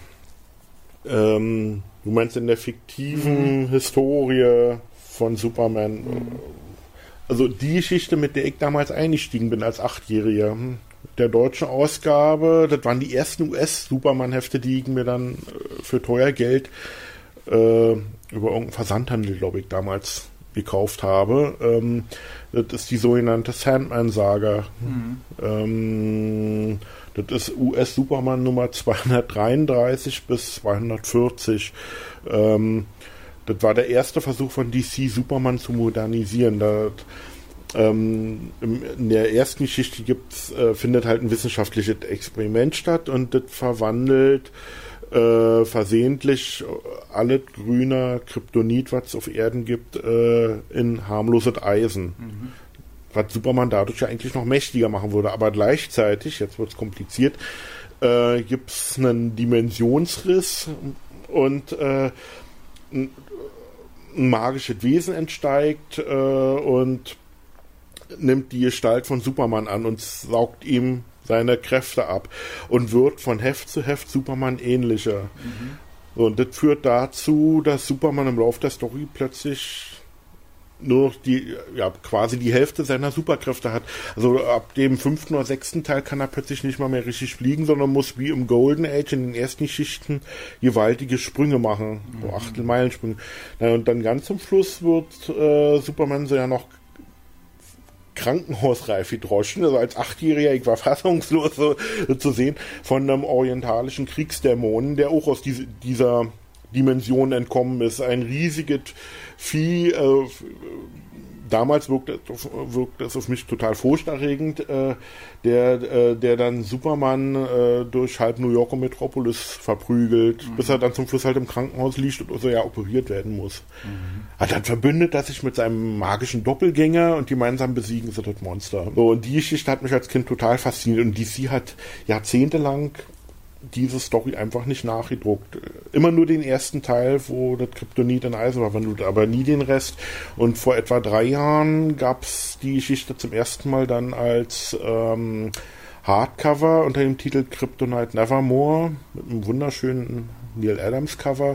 Ähm, du meinst in der fiktiven mhm. Historie von Superman? Mhm. Also die Geschichte, mit der ich damals eingestiegen bin als Achtjähriger. Der deutschen Ausgabe, das waren die ersten U S-Superman-Hefte, die ich mir dann äh, für teuer Geld äh, über irgendeinen Versandhandel, glaube ich, damals gekauft habe. Ähm, das ist die sogenannte Sandman-Saga. Mhm. Ähm, das ist U S-Superman Nummer zweihundertdreiunddreißig bis zweihundertvierzig. Ähm, das war der erste Versuch von D C, Superman zu modernisieren. Das Ähm, in der ersten Geschichte gibt's, äh, findet halt ein wissenschaftliches Experiment statt und das verwandelt äh, versehentlich alles grüner Kryptonit, was es auf Erden gibt, äh, in harmloses Eisen. Mhm. Was Superman dadurch ja eigentlich noch mächtiger machen würde. Aber gleichzeitig, jetzt wird's kompliziert, äh, gibt's einen Dimensionsriss und äh, ein, ein magisches Wesen entsteigt äh, und nimmt die Gestalt von Superman an und saugt ihm seine Kräfte ab und wird von Heft zu Heft Superman ähnlicher. Mhm. Und das führt dazu, dass Superman im Laufe der Story plötzlich nur noch die, ja, quasi die Hälfte seiner Superkräfte hat. Also ab dem fünften oder sechsten Teil kann er plötzlich nicht mal mehr richtig fliegen, sondern muss wie im Golden Age in den ersten Schichten gewaltige Sprünge machen. Mhm. So Achtelmeilensprünge. Und dann ganz zum Schluss wird äh, Superman so ja noch krankenhausreif gedroschen. Also als Achtjähriger, ich war fassungslos so, so zu sehen, von einem orientalischen Kriegsdämonen, der auch aus diese, dieser Dimension entkommen ist. Ein riesiges Vieh. Äh, damals wirkte, wirkte es auf mich total furchterregend, äh, der, äh, der dann Superman äh, durch halb New York und Metropolis verprügelt, mhm. bis er dann zum Schluss halt im Krankenhaus liegt und also ja operiert werden muss. Mhm. Er dann verbündet er sich mit seinem magischen Doppelgänger und gemeinsam besiegen sie das Monster. So, und die Geschichte hat mich als Kind total fasziniert und D C hat jahrzehntelang diese Story einfach nicht nachgedruckt. Immer nur den ersten Teil, wo das Kryptonit in Eisen war, aber nie den Rest. Und vor etwa drei Jahren gab es die Geschichte zum ersten Mal dann als ähm, Hardcover unter dem Titel Kryptonite Nevermore mit einem wunderschönen Neil Adams Cover.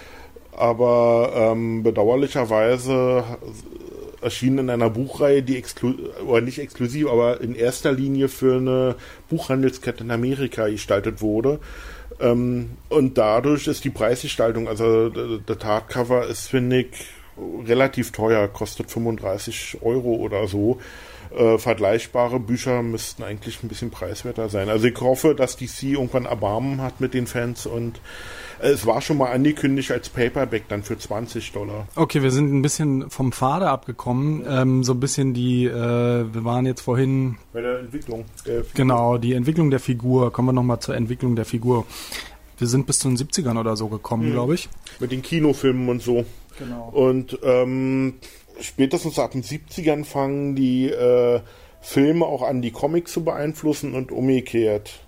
Aber ähm, bedauerlicherweise erschienen in einer Buchreihe, die exklu- oder nicht exklusiv, aber in erster Linie für eine Buchhandelskette in Amerika gestaltet wurde. Ähm, und dadurch ist die Preisgestaltung, also das Hardcover ist, finde ich, relativ teuer, kostet fünfunddreißig Euro oder so. Äh, vergleichbare Bücher müssten eigentlich ein bisschen preiswerter sein. Also ich hoffe, dass D C irgendwann Erbarmen hat mit den Fans und äh, es war schon mal angekündigt als Paperback dann für zwanzig Dollar. Okay, wir sind ein bisschen vom Pfade abgekommen. Ähm, so ein bisschen die, äh, wir waren jetzt vorhin... Bei der Entwicklung der Figur. Genau, die Entwicklung der Figur. Kommen wir nochmal zur Entwicklung der Figur. Wir sind bis zu den siebzigern oder so gekommen, mhm. glaube ich. Mit den Kinofilmen und so. Genau. Und ähm, spätestens ab den siebzigern fangen die äh, Filme auch an, die Comics zu beeinflussen und umgekehrt.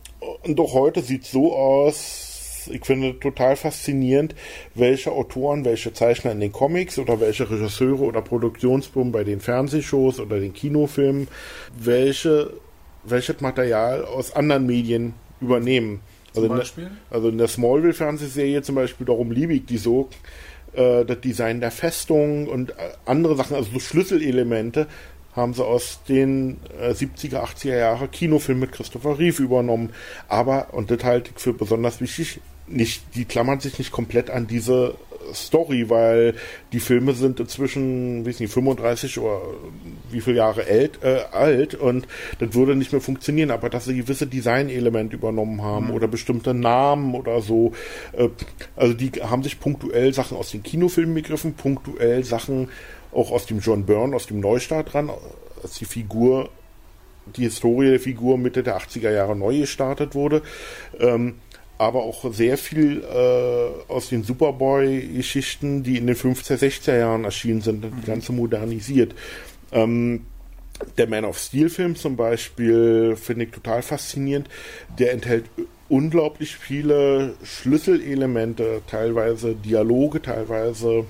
Und auch heute sieht es so aus, ich finde total faszinierend, welche Autoren, welche Zeichner in den Comics oder welche Regisseure oder Produktionsfirmen bei den Fernsehshows oder den Kinofilmen, welche, welches Material aus anderen Medien übernehmen. Also in, der, also in der Smallville-Fernsehserie zum Beispiel, darum liebe ich die so, äh, das Design der Festung und andere Sachen, also so Schlüsselelemente, haben sie aus den äh, siebziger, achtziger Jahre Kinofilm mit Christopher Reeve übernommen. Aber, und das halte ich für besonders wichtig, nicht, die klammern sich nicht komplett an diese Story, weil die Filme sind inzwischen, weiß nicht, fünfunddreißig oder wie viele Jahre alt, äh, alt und das würde nicht mehr funktionieren, aber dass sie gewisse Designelemente übernommen haben mhm. oder bestimmte Namen oder so, äh, also die haben sich punktuell Sachen aus den Kinofilmen begriffen, punktuell Sachen auch aus dem John Byrne, aus dem Neustart dran, als die Figur, die Historie der Figur Mitte der achtziger Jahre neu gestartet wurde, ähm, aber auch sehr viel äh, aus den Superboy-Geschichten, die in den fünfziger, sechziger Jahren erschienen sind, das Ganze modernisiert. Ähm, der Man of Steel-Film zum Beispiel finde ich total faszinierend. Der enthält unglaublich viele Schlüsselelemente, teilweise Dialoge, teilweise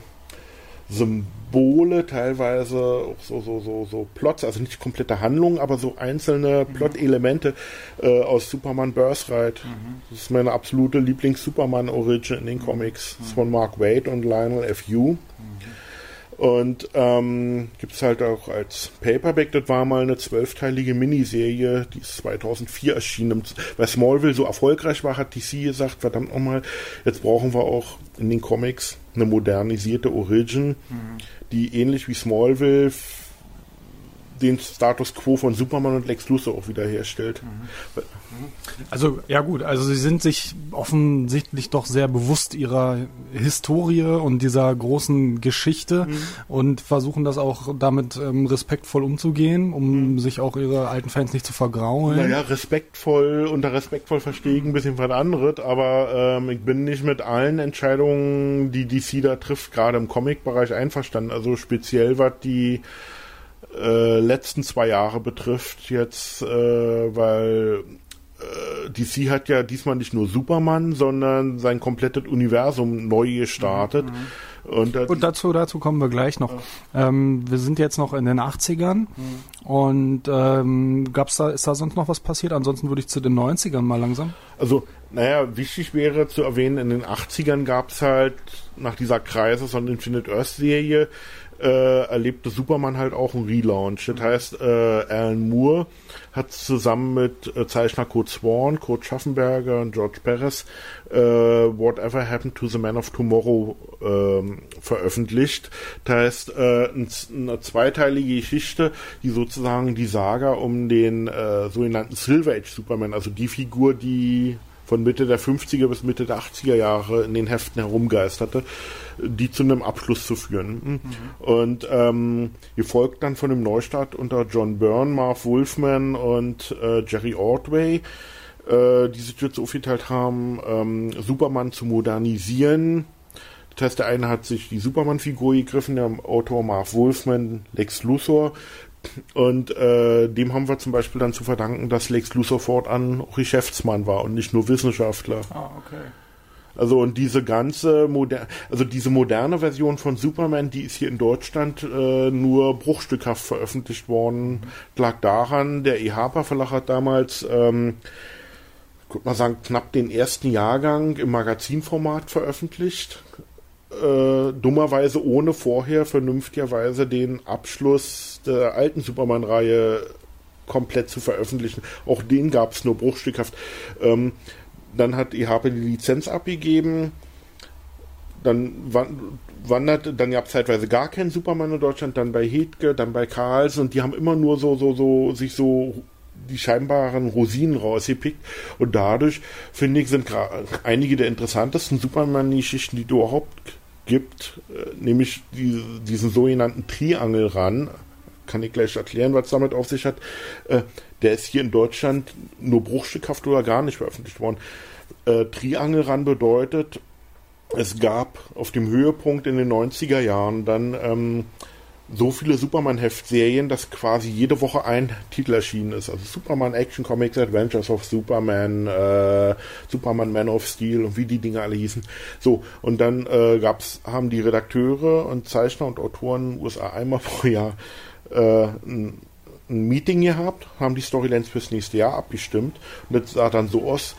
Symbole, teilweise auch so, so, so, so Plots, also nicht komplette Handlungen, aber so einzelne mhm. Plot-Elemente äh, aus Superman Birthright. Mhm. Das ist meine absolute Lieblings-Superman-Origin in den Comics. Mhm. Das ist von Mark Waid und Lionel F. Yu. Mhm. Und ähm, gibt es halt auch als Paperback, das war mal eine zwölfteilige Miniserie, die ist zweitausendvier erschienen. Weil Smallville so erfolgreich war, hat D C gesagt, verdammt nochmal, jetzt brauchen wir auch in den Comics eine modernisierte Origin, mhm. die ähnlich wie Smallville den Status Quo von Superman und Lex Luthor auch wiederherstellt. Mhm. Also, ja gut, also sie sind sich offensichtlich doch sehr bewusst ihrer Historie und dieser großen Geschichte mhm. und versuchen das auch damit ähm, respektvoll umzugehen, um mhm. sich auch ihre alten Fans nicht zu vergraulen. Naja, respektvoll, unter respektvoll verstehe ich ein bisschen was anderes, aber ähm, ich bin nicht mit allen Entscheidungen, die D C da trifft, gerade im Comic-Bereich einverstanden. Also speziell, was die Äh, letzten zwei Jahre betrifft jetzt, äh, weil äh, D C hat ja diesmal nicht nur Superman, sondern sein komplettes Universum neu gestartet. Mhm. Und, äh, und dazu, dazu kommen wir gleich noch. Ja. Ähm, wir sind jetzt noch in den achtzigern mhm. und ähm, gab's da, ist da sonst noch was passiert? Ansonsten würde ich zu den neunzigern mal langsam. Also Naja, wichtig wäre zu erwähnen, in den achtzigern gab es halt nach dieser Crisis on Infinite Earth Serie äh, erlebte Superman halt auch einen Relaunch. Das heißt, äh, Alan Moore hat zusammen mit äh, Zeichner Kurt Swan, Kurt Schaffenberger und George Perez äh, Whatever Happened to the Man of Tomorrow äh, veröffentlicht. Das heißt, äh, ein, eine zweiteilige Geschichte, die sozusagen die Saga um den äh, sogenannten Silver Age Superman, also die Figur, die von Mitte der fünfziger bis Mitte der achtziger Jahre in den Heften herumgeisterte, die zu einem Abschluss zu führen. Mhm. Und ähm, gefolgt dann von einem Neustart unter John Byrne, Marv Wolfman und äh, Jerry Ordway, äh, die sich jetzt aufgeteilt haben, ähm, Superman zu modernisieren. Das heißt, der eine hat sich die Superman-Figur gegriffen, der Autor Marv Wolfman, Lex Luthor. Und äh, dem haben wir zum Beispiel dann zu verdanken, dass Lex Luthor fortan auch Geschäftsmann war und nicht nur Wissenschaftler. Ah, okay. Also und diese ganze moder also diese moderne Version von Superman, die ist hier in Deutschland äh, nur bruchstückhaft veröffentlicht worden. Mhm. Lag daran, der E. Harper Verlag hat damals, ähm, ich würde mal sagen, knapp den ersten Jahrgang im Magazinformat veröffentlicht. Äh, dummerweise ohne vorher vernünftigerweise den Abschluss der alten Superman-Reihe komplett zu veröffentlichen. Auch den gab es nur bruchstückhaft. Ähm, dann hat E. Harper die Lizenz abgegeben. Dann wandert, dann gab es zeitweise gar keinen Superman in Deutschland, dann bei Hedke, dann bei Carlsen, und die haben immer nur so, so, so, sich so die scheinbaren Rosinen rausgepickt, und dadurch, finde ich, sind einige der interessantesten Superman-Geschichten, die du überhaupt gibt, äh, nämlich die, diesen sogenannten Triangelrun, kann ich gleich erklären, was damit auf sich hat, äh, der ist hier in Deutschland nur bruchstückhaft oder gar nicht veröffentlicht worden. Äh, Triangelrun bedeutet, es gab auf dem Höhepunkt in den neunziger Jahren dann ähm, so viele Superman-Heftserien, dass quasi jede Woche ein Titel erschienen ist. Also Superman Action Comics, Adventures of Superman, äh, Superman Man of Steel und wie die Dinge alle hießen. So, und dann äh, gab's, haben die Redakteure und Zeichner und Autoren in den U S A einmal pro Jahr äh, ein, ein Meeting gehabt, haben die Storylines fürs nächste Jahr abgestimmt, und das sah dann so aus: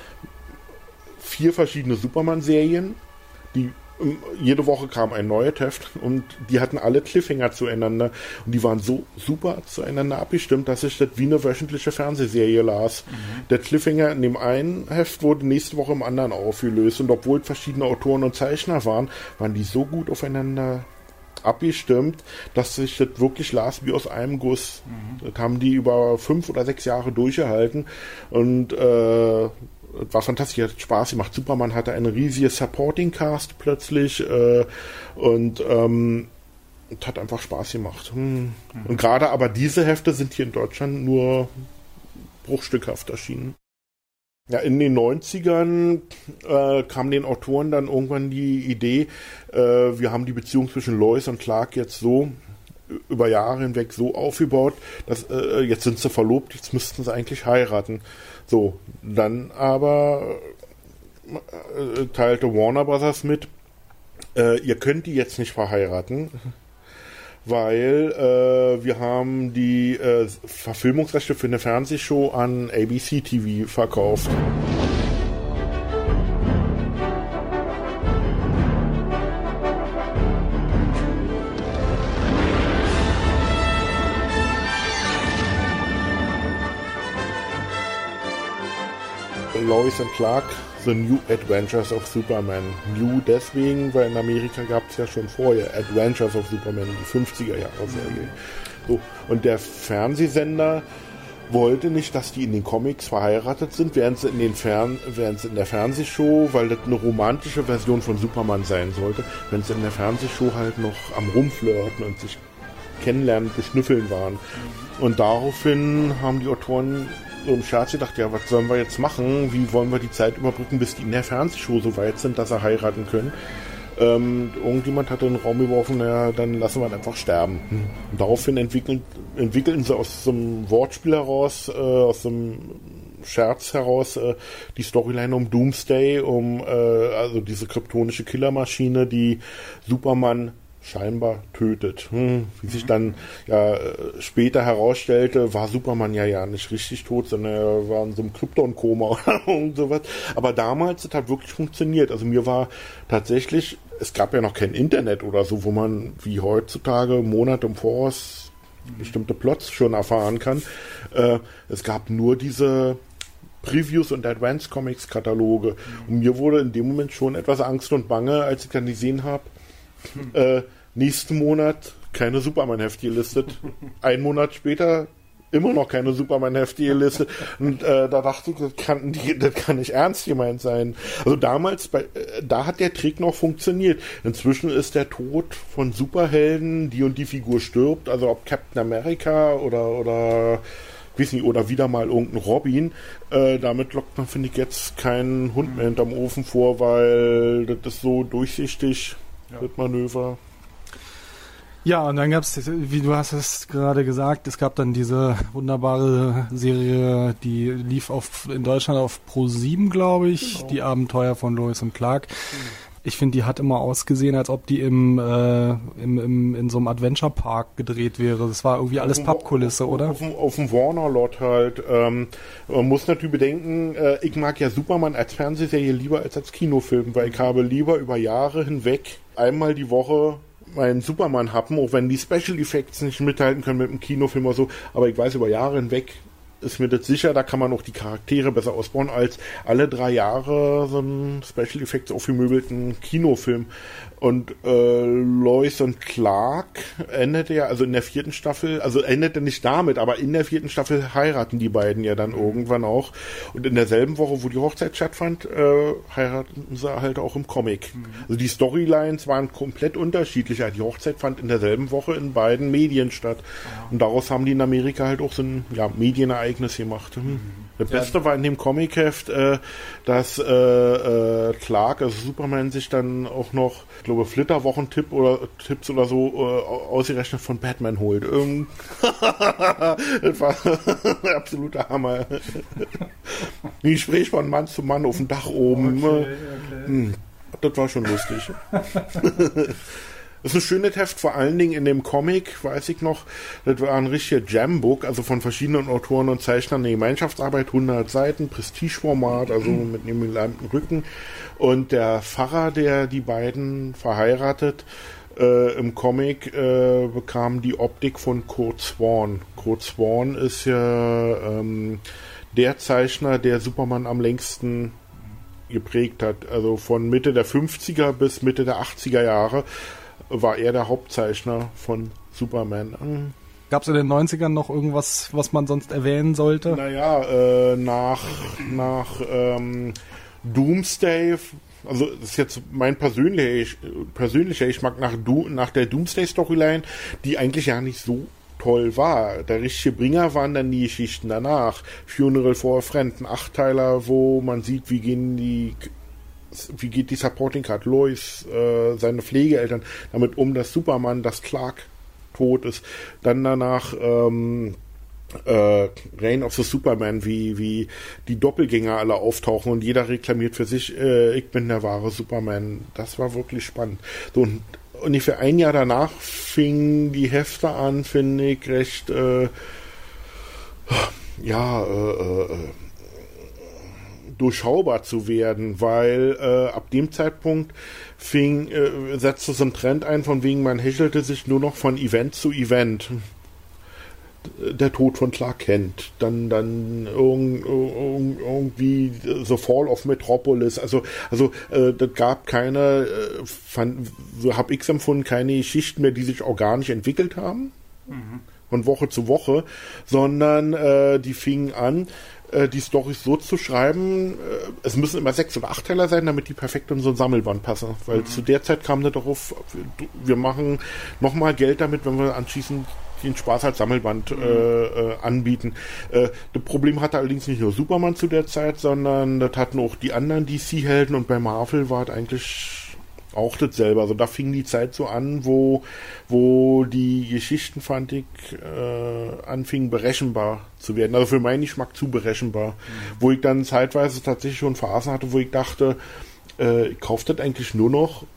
vier verschiedene Superman-Serien, die jede Woche kam ein neues Heft, und die hatten alle Cliffhanger zueinander, und die waren so super zueinander abgestimmt, dass ich das wie eine wöchentliche Fernsehserie las. Mhm. Der Cliffhanger in dem einen Heft wurde nächste Woche im anderen aufgelöst, und obwohl verschiedene Autoren und Zeichner waren, waren die so gut aufeinander abgestimmt, dass sich das wirklich las wie aus einem Guss. Mhm. Das haben die über fünf oder sechs Jahre durchgehalten, und äh, war fantastisch, hat Spaß gemacht. Superman hatte eine riesige Supporting Cast plötzlich äh, und ähm, hat einfach Spaß gemacht. Hm. Mhm. Und gerade aber diese Hefte sind hier in Deutschland nur bruchstückhaft erschienen. Ja, in den neunzigern äh, kam den Autoren dann irgendwann die Idee, äh, wir haben die Beziehung zwischen Lois und Clark jetzt so über Jahre hinweg so aufgebaut, dass äh, jetzt sind sie verlobt, jetzt müssten sie eigentlich heiraten. So, dann aber äh, teilte Warner Brothers mit, äh, ihr könnt die jetzt nicht verheiraten, weil äh, wir haben die äh, Verfilmungsrechte für eine Fernsehshow an A B C T V verkauft. Lois and Clark, The New Adventures of Superman. New deswegen, weil in Amerika gab es ja schon vorher Adventures of Superman, die fünfziger Jahre Serie. So, und der Fernsehsender wollte nicht, dass die in den Comics verheiratet sind, während sie in, den Fern während sie in der Fernsehshow, weil das eine romantische Version von Superman sein sollte, wenn sie in der Fernsehshow halt noch am Rumflirten und sich kennenlernen, beschnüffeln waren. Und daraufhin haben die Autoren so im Scherz gedacht, ja, was sollen wir jetzt machen? Wie wollen wir die Zeit überbrücken, bis die in der Fernsehshow so weit sind, dass sie heiraten können? Ähm, irgendjemand hat in den Raum geworfen, naja, dann lassen wir ihn einfach sterben. Und daraufhin entwickeln, entwickeln sie aus so einem Wortspiel heraus, äh, aus so einem Scherz heraus, äh, die Storyline um Doomsday, um äh, also diese kryptonische Killermaschine, die Superman scheinbar tötet. Hm, wie sich dann ja später herausstellte, war Superman ja ja nicht richtig tot, sondern er war in so einem Krypton-Koma und sowas. Aber damals, das hat wirklich funktioniert. Also mir war tatsächlich, es gab ja noch kein Internet oder so, wo man wie heutzutage Monate im Voraus bestimmte Plots schon erfahren kann. Äh, es gab nur diese Previews und Advanced Comics Kataloge. Und mir wurde in dem Moment schon etwas Angst und Bange, als ich dann gesehen habe, äh, nächsten Monat keine Superman-Hefte gelistet. Ein Monat später immer noch keine Superman-Hefte gelistet. Und äh, da dachte ich, das kann, das kann nicht ernst gemeint sein. Also damals, bei, äh, da hat der Trick noch funktioniert. Inzwischen ist der Tod von Superhelden, die und die Figur stirbt, also ob Captain America oder, oder weiß nicht, oder wieder mal irgendein Robin, äh, damit lockt man, finde ich, jetzt keinen Hund mehr hinterm Ofen vor, weil das ist so durchsichtig, ja. Das Manöver. Ja, und dann gab es, wie du hast es gerade gesagt, es gab dann diese wunderbare Serie, die lief auf in Deutschland auf Pro sieben, glaube ich, genau. Die Abenteuer von Lois und Clark. Mhm. Ich finde, die hat immer ausgesehen, als ob die im, äh, im, im in so einem Adventure-Park gedreht wäre. Das war irgendwie alles Pappkulisse, oder? Auf, auf, auf dem Warner-Lot halt. Ähm, man muss natürlich bedenken, äh, ich mag ja Superman als Fernsehserie lieber als als Kinofilm, weil ich habe lieber über Jahre hinweg einmal die Woche meinen Superman-Happen, auch wenn die Special Effects nicht mithalten können mit dem Kinofilm oder so, aber ich weiß, über Jahre hinweg ist mir das sicher, da kann man auch die Charaktere besser ausbauen als alle drei Jahre so einen Special Effects aufgemöbelten Kinofilm. Und äh, Lois und Clark endete ja, also in der vierten Staffel, also endete nicht damit, aber in der vierten Staffel heiraten die beiden ja dann irgendwann auch. Und in derselben Woche, wo die Hochzeit stattfand, äh, heiraten sie halt auch im Comic. Mhm. Also die Storylines waren komplett unterschiedlich. Die Hochzeit fand in derselben Woche in beiden Medien statt. Mhm. Und daraus haben die in Amerika halt auch so ein ja, Medienereignis gemacht. Mhm. Das Beste ja. war in dem Comic-Heft, äh, dass äh, äh, Clark, also Superman, sich dann auch noch, ich glaube, Flitterwochen-Tipp oder Tipps oder so äh, ausgerechnet von Batman holt. Ähm, das war der absolute Hammer. Ein Gespräch von Mann zu Mann auf dem Dach oben. Okay, okay. Das war schon lustig. Das ist ein schönes Heft, vor allen Dingen in dem Comic, weiß ich noch, das war ein richtiger Jambook, also von verschiedenen Autoren und Zeichnern, eine Gemeinschaftsarbeit, hundert Seiten, Prestigeformat, also mit einem geleimten Rücken. Und der Pfarrer, der die beiden verheiratet, äh, im Comic äh, bekam die Optik von Kurt Swan. Kurt Swan ist ja ähm, der Zeichner, der Superman am längsten geprägt hat. Also von Mitte der fünfziger bis Mitte der achtziger Jahre war er der Hauptzeichner von Superman. Gab es in den neunzigern noch irgendwas, was man sonst erwähnen sollte? Naja, äh, nach, nach ähm, Doomsday, also das ist jetzt mein persönlicher, persönlicher Geschmack nach, Do, nach der Doomsday-Storyline, die eigentlich ja nicht so toll war. Der richtige Bringer waren dann die Geschichten danach. Funeral for a Friend, ein Achtteiler, wo man sieht, wie gehen die wie geht die Supporting Card Lois, äh, seine Pflegeeltern damit um, dass Superman, dass Clark tot ist. Dann danach ähm, äh, Reign of the Superman, wie, wie die Doppelgänger alle auftauchen und jeder reklamiert für sich, äh, ich bin der wahre Superman. Das war wirklich spannend. So, und ungefähr ein Jahr danach fingen die Hefte an, finde ich, recht äh, ja, äh, äh, durchschaubar zu werden, weil äh, ab dem Zeitpunkt fing, äh, setzte so ein Trend ein, von wegen man hechelte sich nur noch von Event zu Event. Der Tod von Clark Kent, dann dann irgend, irgend, irgendwie The Fall of Metropolis, also also äh, das gab keine, äh, fand, so habe ich es empfunden, keine Geschichten mehr, die sich organisch entwickelt haben, mhm. von Woche zu Woche, sondern äh, die fingen an, die Storys so zu schreiben, es müssen immer sechs oder acht Teiler sein, damit die perfekt in so ein Sammelband passen. Weil mhm. zu der Zeit kam das darauf, wir machen nochmal Geld damit, wenn wir anschließend den Spaß als Sammelband mhm. äh, anbieten. Äh, das Problem hatte allerdings nicht nur Superman zu der Zeit, sondern das hatten auch die anderen D C-Helden und bei Marvel war es eigentlich auch dasselbe. Also da fing die Zeit so an, wo, wo die Geschichten, fand ich, äh, anfingen berechenbar zu werden. Also für meinen Geschmack zu berechenbar. Mhm. Wo ich dann zeitweise tatsächlich schon Phasen hatte, wo ich dachte, äh, ich kaufe das eigentlich nur noch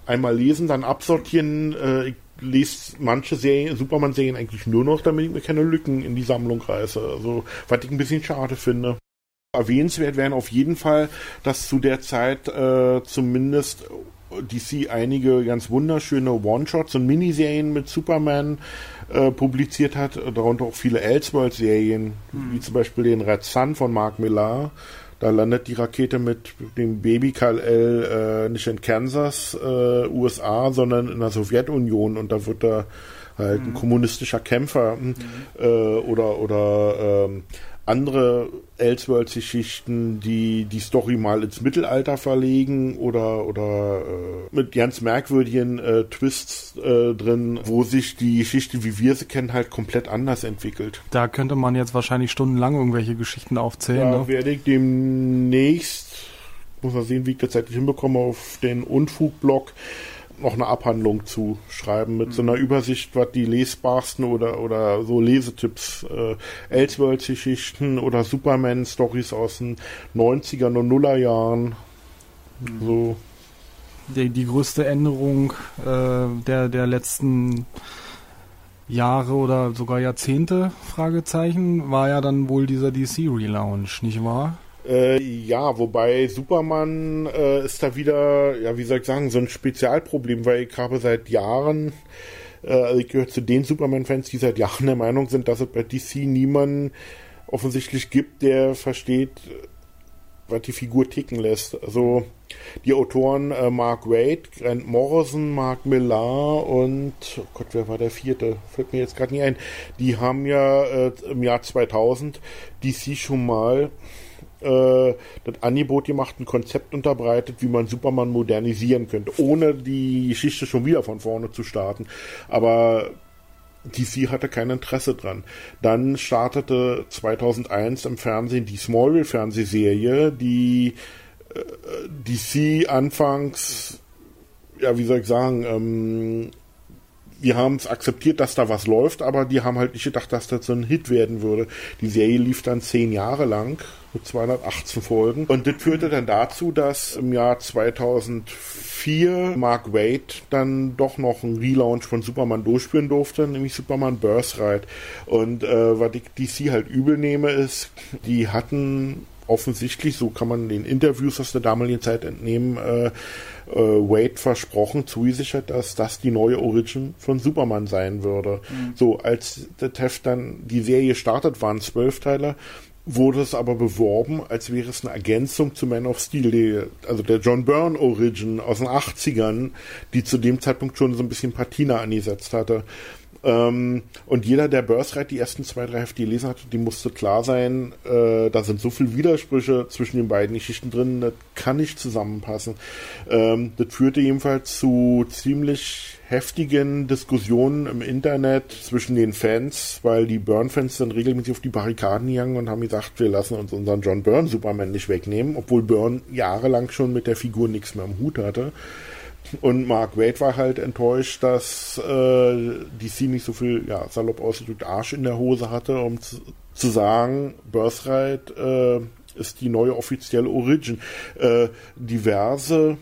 einmal lesen, dann absortieren. Äh, ich lese manche Serien, Superman-Serien eigentlich nur noch, damit ich mir keine Lücken in die Sammlung reiße. Also, was ich ein bisschen schade finde. Erwähnenswert wären auf jeden Fall, dass zu der Zeit äh, zumindest D C einige ganz wunderschöne One-Shots und Miniserien mit Superman äh, publiziert hat, darunter auch viele Elseworld-Serien, mhm. wie zum Beispiel den Red Sun von Mark Millar. Da landet die Rakete mit dem Baby Kal-El äh, nicht in Kansas, äh, U S A, sondern in der Sowjetunion, und da wird da halt mhm. ein kommunistischer Kämpfer mhm. äh, oder oder ähm, andere Elseworlds-Geschichten, die die Story mal ins Mittelalter verlegen oder oder äh, mit ganz merkwürdigen äh, Twists äh, drin, wo sich die Geschichte, wie wir sie kennen, halt komplett anders entwickelt. Da könnte man jetzt wahrscheinlich stundenlang irgendwelche Geschichten aufzählen. Da ne? werde ich demnächst, muss man sehen, wie ich das zeitlich hinbekomme, auf den Unfug-Blog noch eine Abhandlung zu schreiben mit mhm. so einer Übersicht, was die lesbarsten oder oder so Lesetipps, äh, Elseworlds-Geschichten oder Superman-Stories aus den neunzigern und Nullerjahren. Mhm. So. Die, die größte Änderung äh, der, der letzten Jahre oder sogar Jahrzehnte, Fragezeichen, war ja dann wohl dieser D C-Relaunch, nicht wahr? Äh, ja, wobei Superman äh, ist da wieder, ja, wie soll ich sagen, so ein Spezialproblem, weil ich habe seit Jahren, äh, also ich gehöre zu den Superman-Fans, die seit Jahren der Meinung sind, dass es bei D C niemanden offensichtlich gibt, der versteht, was die Figur ticken lässt. Also die Autoren äh, Mark Waid, Grant Morrison, Mark Millar und, oh Gott, wer war der vierte? Fällt mir jetzt gerade nicht ein. Die haben ja äh, im Jahr zweitausend D C schon mal äh, das Angebot gemacht, ein Konzept unterbreitet, wie man Superman modernisieren könnte, ohne die Geschichte schon wieder von vorne zu starten. Aber D C hatte kein Interesse dran. Dann startete zweitausendeins im Fernsehen die Smallville-Fernsehserie, die äh, D C anfangs, ja, wie soll ich sagen, ähm, wir haben es akzeptiert, dass da was läuft, aber die haben halt nicht gedacht, dass das so ein Hit werden würde. Die Serie lief dann zehn Jahre lang mit zweihundertachtzehn Folgen, und das führte dann dazu, dass im Jahr zweitausendvier Mark Waid dann doch noch einen Relaunch von Superman durchführen durfte, nämlich Superman Birthright. Und äh, was ich D C halt übel nehme, ist, die hatten offensichtlich, so kann man den Interviews aus der damaligen Zeit entnehmen, äh, äh, Wade versprochen, zugesichert, dass das die neue Origin von Superman sein würde. Mhm. So, als das Heft dann die Serie startet, waren zwölf Teile, wurde es aber beworben, als wäre es eine Ergänzung zu Man of Steel, die, also der John Byrne Origin aus den achtzigern, die zu dem Zeitpunkt schon so ein bisschen Patina angesetzt hatte. Ähm, und jeder, der Birthright die ersten zwei, drei Hefte gelesen hatte, dem musste klar sein, äh, da sind so viele Widersprüche zwischen den beiden Geschichten drin, das kann nicht zusammenpassen. Ähm, das führte jedenfalls zu ziemlich heftigen Diskussionen im Internet zwischen den Fans, weil die Byrne-Fans dann regelmäßig auf die Barrikaden gegangen und haben gesagt, wir lassen uns unseren John Byrne Superman nicht wegnehmen, obwohl Byrne jahrelang schon mit der Figur nichts mehr am Hut hatte. Und Mark Waid war halt enttäuscht, dass äh, D C nicht so viel, ja, salopp ausgedrückt, Arsch in der Hose hatte, um zu, zu sagen, Birthright äh, ist die neue offizielle Origin. Äh, diverse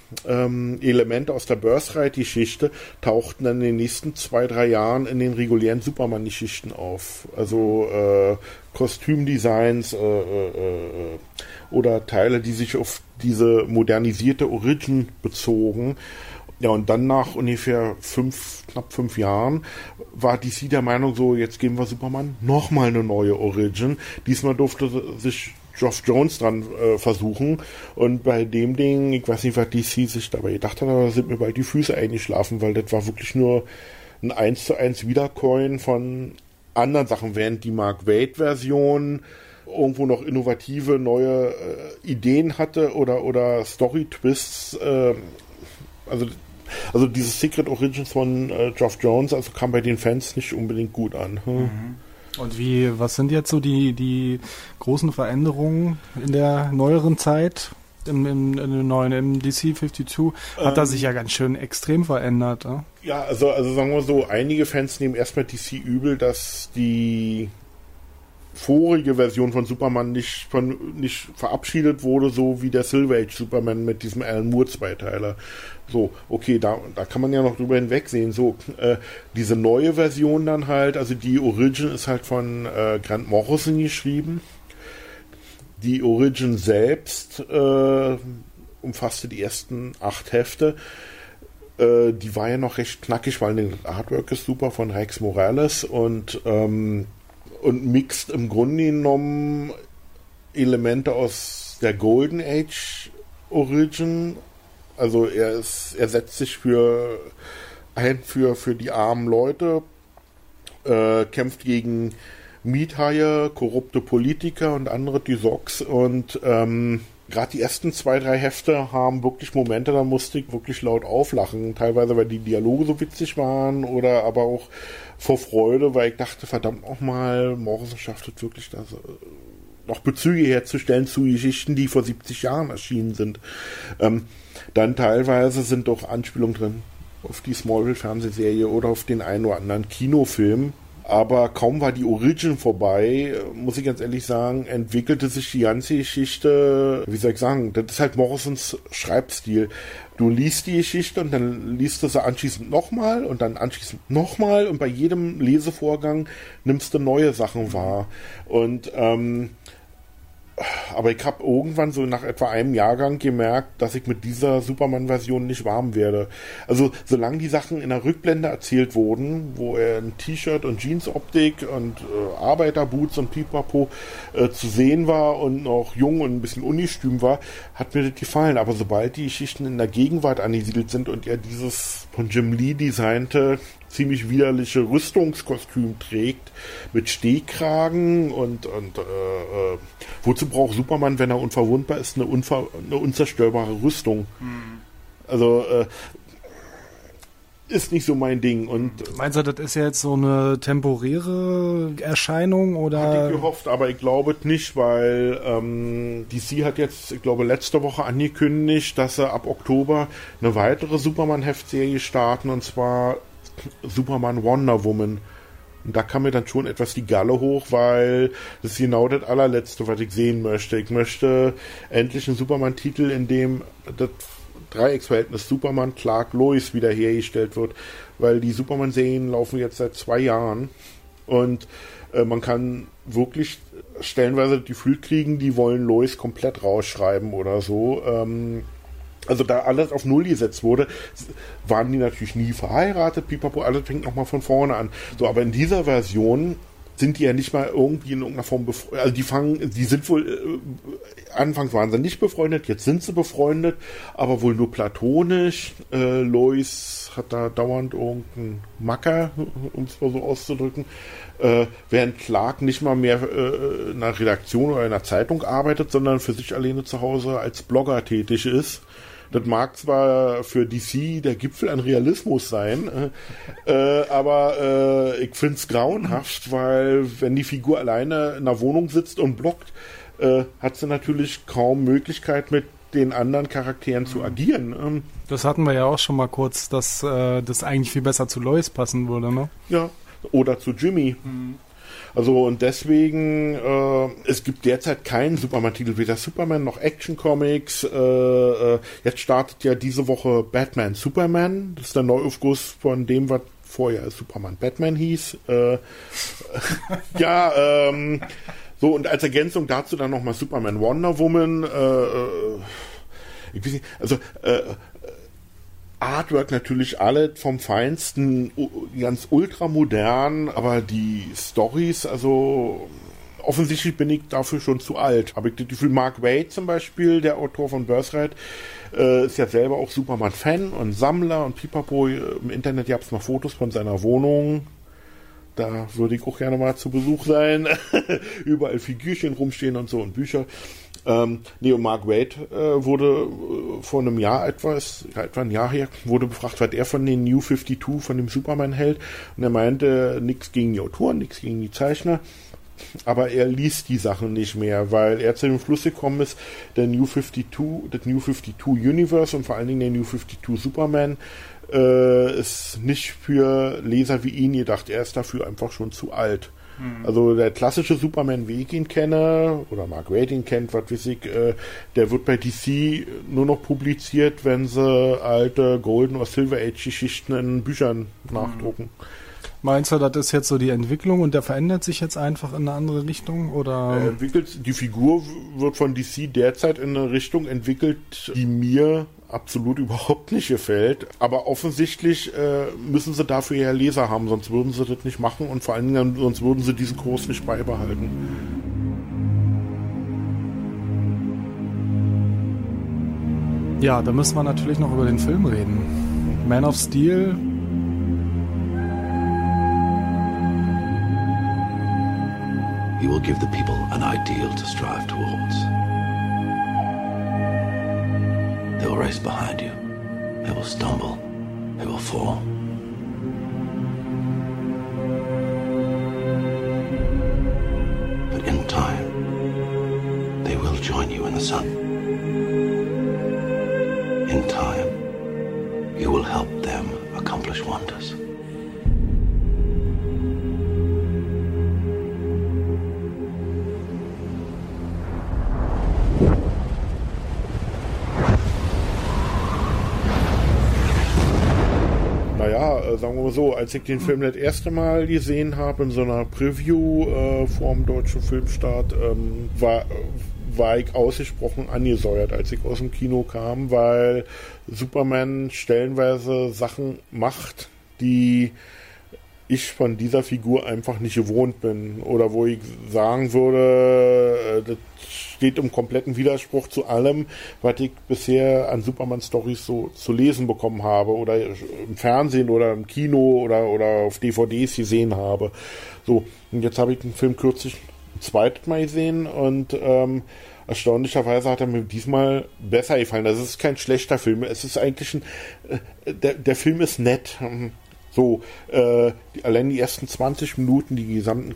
ähm, Elemente aus der Birthright-Geschichte tauchten dann in den nächsten zwei, drei Jahren in den regulären Superman-Geschichten auf. Also äh, Kostümdesigns äh, äh, äh, oder Teile, die sich auf diese modernisierte Origin bezogen. Ja, und dann nach ungefähr fünf, knapp fünf Jahren war D C der Meinung, so, jetzt geben wir Superman nochmal eine neue Origin. Diesmal durfte sich Geoff Jones dran äh, versuchen, und bei dem Ding, ich weiß nicht, was D C sich dabei gedacht hat, aber da sind mir bald die Füße eingeschlafen, weil das war wirklich nur ein eins zu eins Wiedercoin von anderen Sachen, während die Mark Waid-Version irgendwo noch innovative neue äh, Ideen hatte oder oder Story-Twists, äh, also also dieses Secret Origins von äh, Geoff Jones, also kam bei den Fans nicht unbedingt gut an. Hm? Mhm. Und wie, was sind jetzt so die, die großen Veränderungen in der neueren Zeit? Im, im, im neuen im D C zweiundfünfzig hat ähm, er sich ja ganz schön extrem verändert. Ja? Ja, also, also sagen wir so, einige Fans nehmen erstmal D C übel, dass die vorige Version von Superman nicht, von, nicht verabschiedet wurde, so wie der Silver Age Superman mit diesem Alan Moore Zweiteiler. So, okay, da, da kann man ja noch drüber hinwegsehen. So, äh, diese neue Version dann halt, also die Origin ist halt von äh, Grant Morrison geschrieben. Die Origin selbst äh, umfasste die ersten acht Hefte. Äh, die war ja noch recht knackig, weil das Artwork ist super von Rex Morales und ähm, und mixt im Grunde genommen Elemente aus der Golden Age Origin. Also er ist, er setzt sich für ein für für die armen Leute, äh, kämpft gegen Miethaie, korrupte Politiker und andere Tysoks und ähm, gerade die ersten zwei, drei Hefte haben wirklich Momente, da musste ich wirklich laut auflachen. Teilweise, weil die Dialoge so witzig waren oder aber auch vor Freude, weil ich dachte, verdammt nochmal, Morrison schafft es wirklich, das, äh, noch Bezüge herzustellen zu Geschichten, die vor siebzig Jahren erschienen sind. Ähm, dann teilweise sind doch Anspielungen drin auf die Smallville-Fernsehserie oder auf den einen oder anderen Kinofilm. Aber kaum war die Origin vorbei, muss ich ganz ehrlich sagen, entwickelte sich die ganze Geschichte, wie soll ich sagen, das ist halt Morrisons Schreibstil. Du liest die Geschichte und dann liest du sie anschließend nochmal und dann anschließend nochmal und bei jedem Lesevorgang nimmst du neue Sachen wahr. Und ähm, aber ich habe irgendwann so nach etwa einem Jahrgang gemerkt, dass ich mit dieser Superman-Version nicht warm werde. Also solange die Sachen in der Rückblende erzählt wurden, wo er ein T-Shirt und Jeans-Optik und äh, Arbeiterboots und Pipapo äh, zu sehen war und noch jung und ein bisschen ungestüm war, hat mir das gefallen. Aber sobald die Geschichten in der Gegenwart angesiedelt sind und er dieses von Jim Lee designte ziemlich widerliche Rüstungskostüm trägt, mit Stehkragen und, und äh, äh, wozu braucht Superman, wenn er unverwundbar ist, eine, unver eine unzerstörbare Rüstung? Mhm. Also äh, ist nicht so mein Ding. Und meinst du, das ist jetzt so eine temporäre Erscheinung oder? Hatte ich gehofft, aber ich glaube es nicht, weil ähm, D C hat jetzt, ich glaube, letzte Woche angekündigt, dass sie ab Oktober eine weitere Superman-Heftserie starten, und zwar Superman Wonder Woman. Und da kam mir dann schon etwas die Galle hoch, weil das ist genau das allerletzte, was ich sehen möchte. Ich möchte endlich einen Superman-Titel, in dem das Dreiecksverhältnis Superman, Clark, Lois wiederhergestellt wird, weil die Superman-Serien laufen jetzt seit zwei Jahren und äh, man kann wirklich stellenweise das Gefühl kriegen, die wollen Lois komplett rausschreiben oder so. Ähm, Also da alles auf Null gesetzt wurde, waren die natürlich nie verheiratet, pipapo, alles fängt nochmal von vorne an. So, aber in dieser Version sind die ja nicht mal irgendwie in irgendeiner Form befreundet. Also die fangen, die sind wohl, äh, anfangs waren sie nicht befreundet, jetzt sind sie befreundet, aber wohl nur platonisch. Äh, Lois hat da dauernd irgendeinen Macker, um es mal so auszudrücken. Äh, während Clark nicht mal mehr äh, in einer Redaktion oder in einer Zeitung arbeitet, sondern für sich alleine zu Hause als Blogger tätig ist. Das mag zwar für D C der Gipfel an Realismus sein, äh, aber äh, ich finde es grauenhaft, weil wenn die Figur alleine in einer Wohnung sitzt und bloggt, äh, hat sie natürlich kaum Möglichkeit, mit den anderen Charakteren zu agieren. Das hatten wir ja auch schon mal kurz, dass äh, das eigentlich viel besser zu Lois passen würde, ne? Ja, oder zu Jimmy. Mhm. Also und deswegen, äh, es gibt derzeit keinen Superman-Titel, weder Superman noch Action-Comics. Äh, äh, jetzt startet ja diese Woche Batman Superman. Das ist der Neuaufguss von dem, was vorher Superman Batman hieß. Äh, ja, ähm, so und als Ergänzung dazu dann nochmal Superman Wonder Woman. Äh, äh, ich weiß nicht, also äh, Artwork natürlich alle vom Feinsten, ganz ultramodern, aber die Storys, also offensichtlich bin ich dafür schon zu alt. Aber ich das Gefühl, Mark Waid zum Beispiel, der Autor von Birthright, äh, ist ja selber auch Superman-Fan und Sammler und pipapo. Im Internet gab es mal Fotos von seiner Wohnung. Da würde ich auch gerne mal zu Besuch sein. Überall Figürchen rumstehen und so und Bücher. Ähm, nee, und Mark Waid äh, wurde äh, vor einem Jahr etwas, ja, etwa ein Jahr her, wurde befragt, was er von den New fifty-two, von dem Superman hält. Und er meinte, nichts gegen die Autoren, nichts gegen die Zeichner. Aber er liest die Sachen nicht mehr, weil er zu dem Schluss gekommen ist, der New fifty-two, das New fifty-two Universe und vor allen Dingen der New fifty-two Superman äh, ist nicht für Leser wie ihn gedacht. Er ist dafür einfach schon zu alt. Mhm. Also der klassische Superman, wie ich ihn kenne, oder Mark Waid ihn kennt, was weiß ich, äh, der wird bei D C nur noch publiziert, wenn sie alte Golden- oder Silver Age-Geschichten in Büchern mhm. nachdrucken. Meinst du, das ist jetzt so die Entwicklung und der verändert sich jetzt einfach in eine andere Richtung? Oder? Er entwickelt, die Figur wird von D C derzeit in eine Richtung entwickelt, die mir absolut überhaupt nicht gefällt. Aber offensichtlich äh, müssen sie dafür ja Leser haben, sonst würden sie das nicht machen und vor allen Dingen sonst würden sie diesen Kurs nicht beibehalten. Ja, da müssen wir natürlich noch über den Film reden. Man of Steel. You will give the people an ideal to strive towards. They will race behind you. They will stumble. They will fall. But in time, they will join you in the sun. In time, you will help them accomplish wonders. Naja, sagen wir mal so, als ich den Film das erste Mal gesehen habe in so einer Preview äh, vor dem deutschen Filmstart, ähm, war, war ich ausgesprochen angesäuert, als ich aus dem Kino kam, weil Superman stellenweise Sachen macht, die ich von dieser Figur einfach nicht gewohnt bin. Oder wo ich sagen würde, das steht im kompletten Widerspruch zu allem, was ich bisher an Superman-Stories so zu lesen bekommen habe oder im Fernsehen oder im Kino oder, oder auf D V Ds gesehen habe. So, und jetzt habe ich den Film kürzlich ein zweites Mal gesehen und ähm, erstaunlicherweise hat er mir diesmal besser gefallen. Das ist kein schlechter Film. Es ist eigentlich ein, äh, der, der Film ist nett. So, äh, die, allein die ersten zwanzig Minuten, die gesamten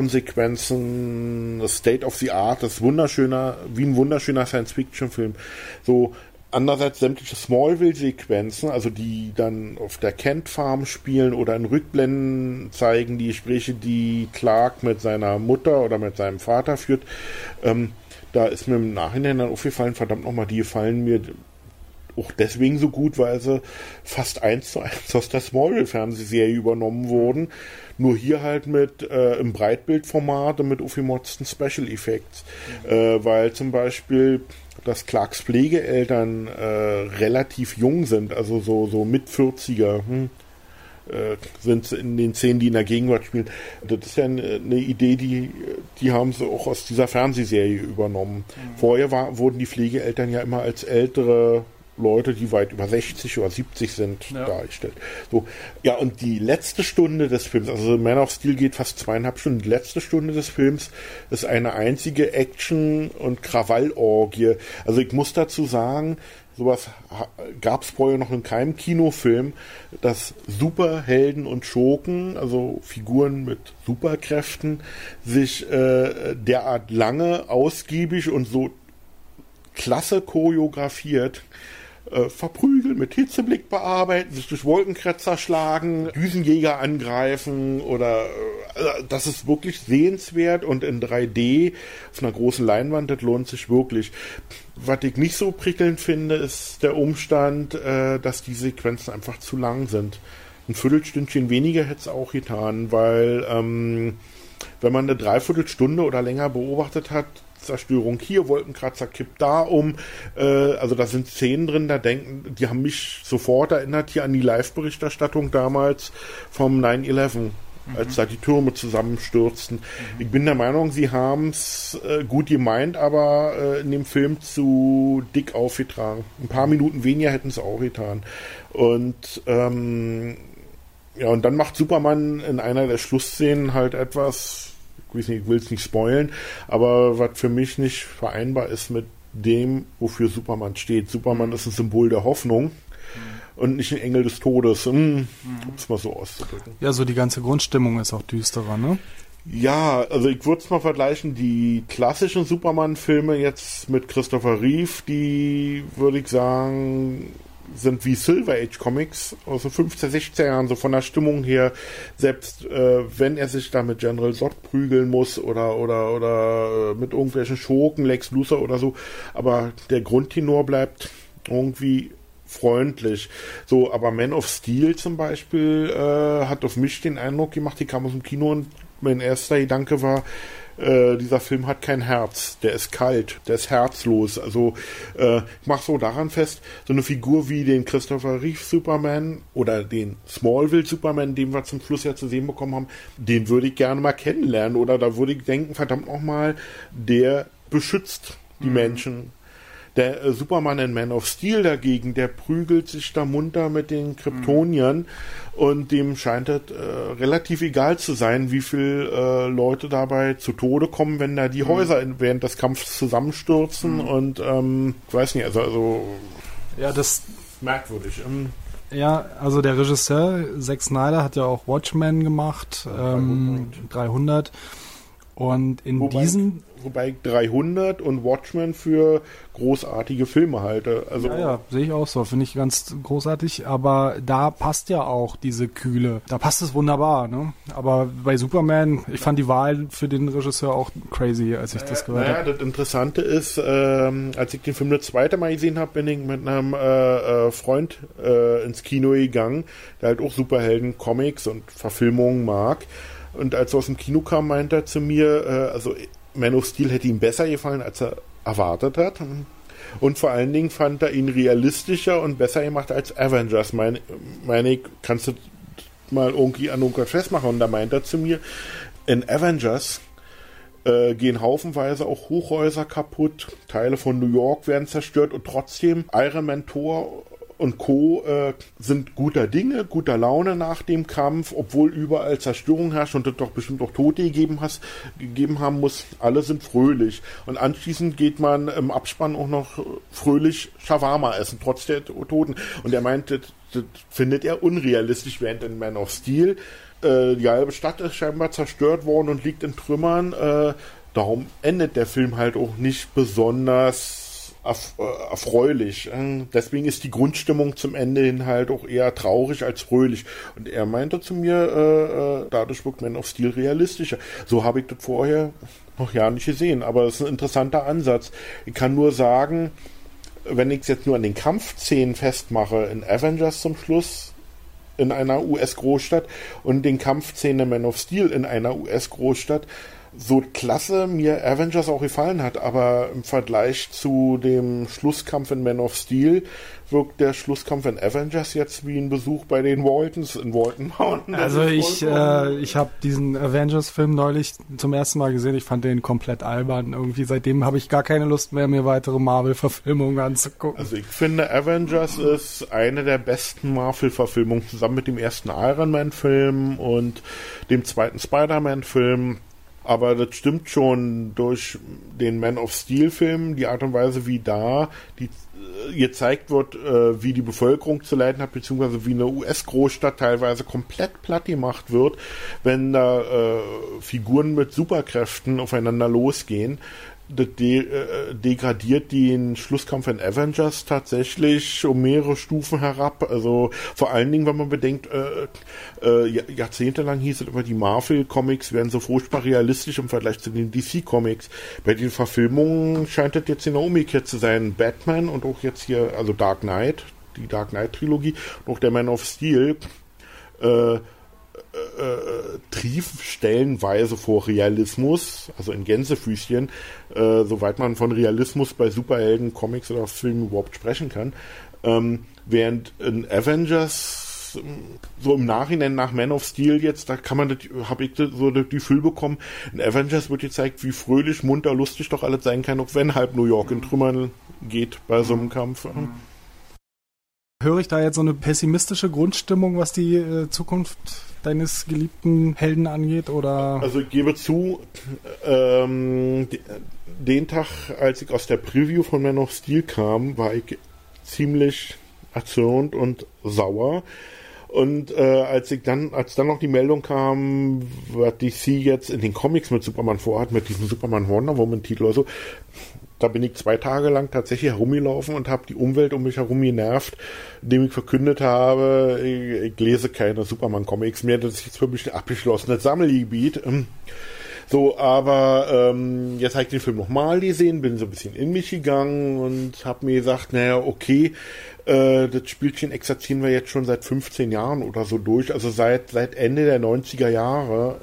Krypton-Sequenzen, das State of the Art, das wunderschöner, wie ein wunderschöner Science-Fiction-Film. So, andererseits sämtliche Smallville-Sequenzen, also die dann auf der Kent-Farm spielen oder in Rückblenden zeigen, die Gespräche, die Clark mit seiner Mutter oder mit seinem Vater führt, ähm, da ist mir im Nachhinein dann aufgefallen, verdammt nochmal, die gefallen mir auch deswegen so gut, weil sie fast eins zu eins aus der Smallville-Fernsehserie übernommen wurden. Nur hier halt mit äh, im Breitbildformat und mit aufgemotzten Special Effects. Mhm. Äh, weil zum Beispiel, dass Clarks Pflegeeltern äh, relativ jung sind, also so, so mit vierziger, hm, äh, sind in den Szenen, die in der Gegenwart spielen. Das ist ja eine, eine Idee, die, die haben sie auch aus dieser Fernsehserie übernommen. Mhm. Vorher war, wurden die Pflegeeltern ja immer als ältere Leute, die weit über sechzig oder siebzig sind, ja. dargestellt. So, ja, und die letzte Stunde des Films, also Man of Steel geht fast zweieinhalb Stunden, die letzte Stunde des Films ist eine einzige Action- und Krawallorgie. Also ich muss dazu sagen, sowas gab es vorher noch in keinem Kinofilm, dass Superhelden und Schurken, also Figuren mit Superkräften, sich äh, derart lange, ausgiebig und so klasse choreografiert äh, verprügeln, mit Hitzeblick bearbeiten, sich durch Wolkenkratzer schlagen, Düsenjäger angreifen oder äh, das ist wirklich sehenswert und in drei D auf einer großen Leinwand, das lohnt sich wirklich. Was ich nicht so prickelnd finde, ist der Umstand, äh, dass die Sequenzen einfach zu lang sind. Ein Viertelstündchen weniger hätte es auch getan, weil ähm, wenn man eine Dreiviertelstunde oder länger beobachtet hat, Zerstörung hier, Wolkenkratzer kippt da um, äh, also da sind Szenen drin, da denken, die haben mich sofort erinnert hier an die Live-Berichterstattung damals vom nine eleven, mhm. als da die Türme zusammenstürzten. Mhm. Ich bin der Meinung, sie haben es äh, gut gemeint, aber äh, in dem Film zu dick aufgetragen. Ein paar Minuten weniger hätten es auch getan. Und ähm, ja, und dann macht Superman in einer der Schlussszenen halt etwas, ich will es nicht spoilen, aber was für mich nicht vereinbar ist mit dem, wofür Superman steht. Superman ist ein Symbol der Hoffnung mhm. und nicht ein Engel des Todes, hm, mhm. um es mal so auszudrücken. Ja, so die ganze Grundstimmung ist auch düsterer, ne? Ja, also ich würde es mal vergleichen, die klassischen Superman-Filme jetzt mit Christopher Reeve, die würde ich sagen, sind wie Silver Age Comics aus den fünfziger, sechziger Jahren, so von der Stimmung her, selbst äh, wenn er sich da mit General Zod prügeln muss oder oder oder äh, mit irgendwelchen Schurken, Lex Luthor oder so, aber der Grundtenor bleibt irgendwie freundlich. So, aber Man of Steel zum Beispiel äh, hat auf mich den Eindruck gemacht, die kam aus dem Kino und mein erster Gedanke war, Äh, dieser Film hat kein Herz, der ist kalt, der ist herzlos. Also äh, ich mache so daran fest, so eine Figur wie den Christopher Reeve Superman oder den Smallville Superman, den wir zum Schluss ja zu sehen bekommen haben, den würde ich gerne mal kennenlernen oder da würde ich denken, verdammt nochmal, der beschützt die mhm. Menschen. Der äh, Superman in Man of Steel dagegen, der prügelt sich da munter mit den Kryptoniern mhm. und dem scheint es äh, relativ egal zu sein, wie viele äh, Leute dabei zu Tode kommen, wenn da die mhm. Häuser in, während des Kampfes zusammenstürzen mhm. und ähm, ich weiß nicht, also, also ja, das merkwürdig. Ähm, ja, also der Regisseur Zack Snyder hat ja auch Watchmen gemacht, ja, ähm, dreihundert und in wobei, diesen wobei ich dreihundert und Watchmen für großartige Filme halte. Also ja, ja, sehe ich auch so. Finde ich ganz großartig. Aber da passt ja auch diese Kühle. Da passt es wunderbar, ne? Aber bei Superman, ich fand die Wahl für den Regisseur auch crazy, als ich naja, das gehört naja, habe. Das Interessante ist, ähm, als ich den Film das zweite Mal gesehen habe, bin ich mit einem äh, äh, Freund äh, ins Kino gegangen, der halt auch Superhelden-Comics und Verfilmungen mag. Und als er aus dem Kino kam, meinte er zu mir, äh, also Man of Steel hätte ihm besser gefallen, als er erwartet hat. Und vor allen Dingen fand er ihn realistischer und besser gemacht als Avengers. Meine, meine ich, kannst du mal irgendwie an irgendwas festmachen? Und da meint er zu mir, in Avengers äh, gehen haufenweise auch Hochhäuser kaputt, Teile von New York werden zerstört und trotzdem Iron Man, Thor und Co. Äh, sind guter Dinge, guter Laune nach dem Kampf, obwohl überall Zerstörung herrscht und es doch bestimmt auch Tote gegeben, has, gegeben haben muss. Alle sind fröhlich. Und anschließend geht man im Abspann auch noch fröhlich Shawarma essen, trotz der Toten. Und er meint, das, das findet er unrealistisch, während in Man of Steel äh, die halbe Stadt ist scheinbar zerstört worden und liegt in Trümmern. Äh, darum endet der Film halt auch nicht besonders erfreulich. Deswegen ist die Grundstimmung zum Ende hin halt auch eher traurig als fröhlich. Und er meinte zu mir, äh, dadurch wirkt Man of Steel realistischer. So habe ich das vorher noch ja nicht gesehen. Aber es ist ein interessanter Ansatz. Ich kann nur sagen, wenn ich es jetzt nur an den Kampfszenen festmache, in Avengers zum Schluss, in einer U S-Großstadt und den Kampfszenen Man of Steel in einer U S-Großstadt, so klasse mir Avengers auch gefallen hat, aber im Vergleich zu dem Schlusskampf in Man of Steel wirkt der Schlusskampf in Avengers jetzt wie ein Besuch bei den Waltons in Walton Mountain. Also ich äh, ich habe diesen Avengers-Film neulich zum ersten Mal gesehen. Ich fand den komplett albern. Irgendwie seitdem habe ich gar keine Lust mehr, mir weitere Marvel-Verfilmungen anzugucken. Also ich finde, Avengers ist eine der besten Marvel-Verfilmungen, zusammen mit dem ersten Iron Man-Film und dem zweiten Spider-Man-Film. Aber das stimmt schon, durch den Man of Steel-Film, die Art und Weise, wie da die, äh, gezeigt wird, äh, wie die Bevölkerung zu leiden hat, beziehungsweise wie eine U S-Großstadt teilweise komplett platt gemacht wird, wenn da äh, Figuren mit Superkräften aufeinander losgehen. Das de- äh, degradiert den Schlusskampf in Avengers tatsächlich um mehrere Stufen herab. Also vor allen Dingen, wenn man bedenkt, äh, äh, jahrzehntelang hieß es über die Marvel-Comics werden so furchtbar realistisch im Vergleich zu den D C-Comics. Bei den Verfilmungen scheint das jetzt genau umgekehrt zu sein. Batman und auch jetzt hier, also Dark Knight, die Dark Knight-Trilogie, und auch der Man of Steel, äh, Äh, trief stellenweise vor Realismus, also in Gänsefüßchen, äh, soweit man von Realismus bei Superhelden, Comics oder Filmen überhaupt sprechen kann. Ähm, während in Avengers, so im Nachhinein nach Man of Steel jetzt, da kann man das, habe ich das, so das Gefühl bekommen, in Avengers wird gezeigt, wie fröhlich, munter, lustig doch alles sein kann, auch wenn halb New York in Trümmern geht bei so einem Kampf. Mhm. Höre ich da jetzt so eine pessimistische Grundstimmung, was die äh, Zukunft deines geliebten Helden angeht, oder? Also ich gebe zu, ähm, den Tag, als ich aus der Preview von Man of Steel kam, war ich ziemlich erzürnt und sauer. Und äh, als ich dann, als dann noch die Meldung kam, was D C jetzt in den Comics mit Superman vorhat, mit diesem Superman Wonder Woman Titel oder so, da bin ich zwei Tage lang tatsächlich herumgelaufen und habe die Umwelt um mich herum genervt, indem ich verkündet habe, ich, ich lese keine Superman-Comics mehr, das ist jetzt für mich ein abgeschlossenes Sammelgebiet. So, aber ähm, jetzt habe ich den Film nochmal gesehen, bin so ein bisschen in mich gegangen und habe mir gesagt, naja, okay, äh, das Spielchen exerzieren wir jetzt schon seit fünfzehn Jahren oder so durch, also seit, seit Ende der neunziger Jahre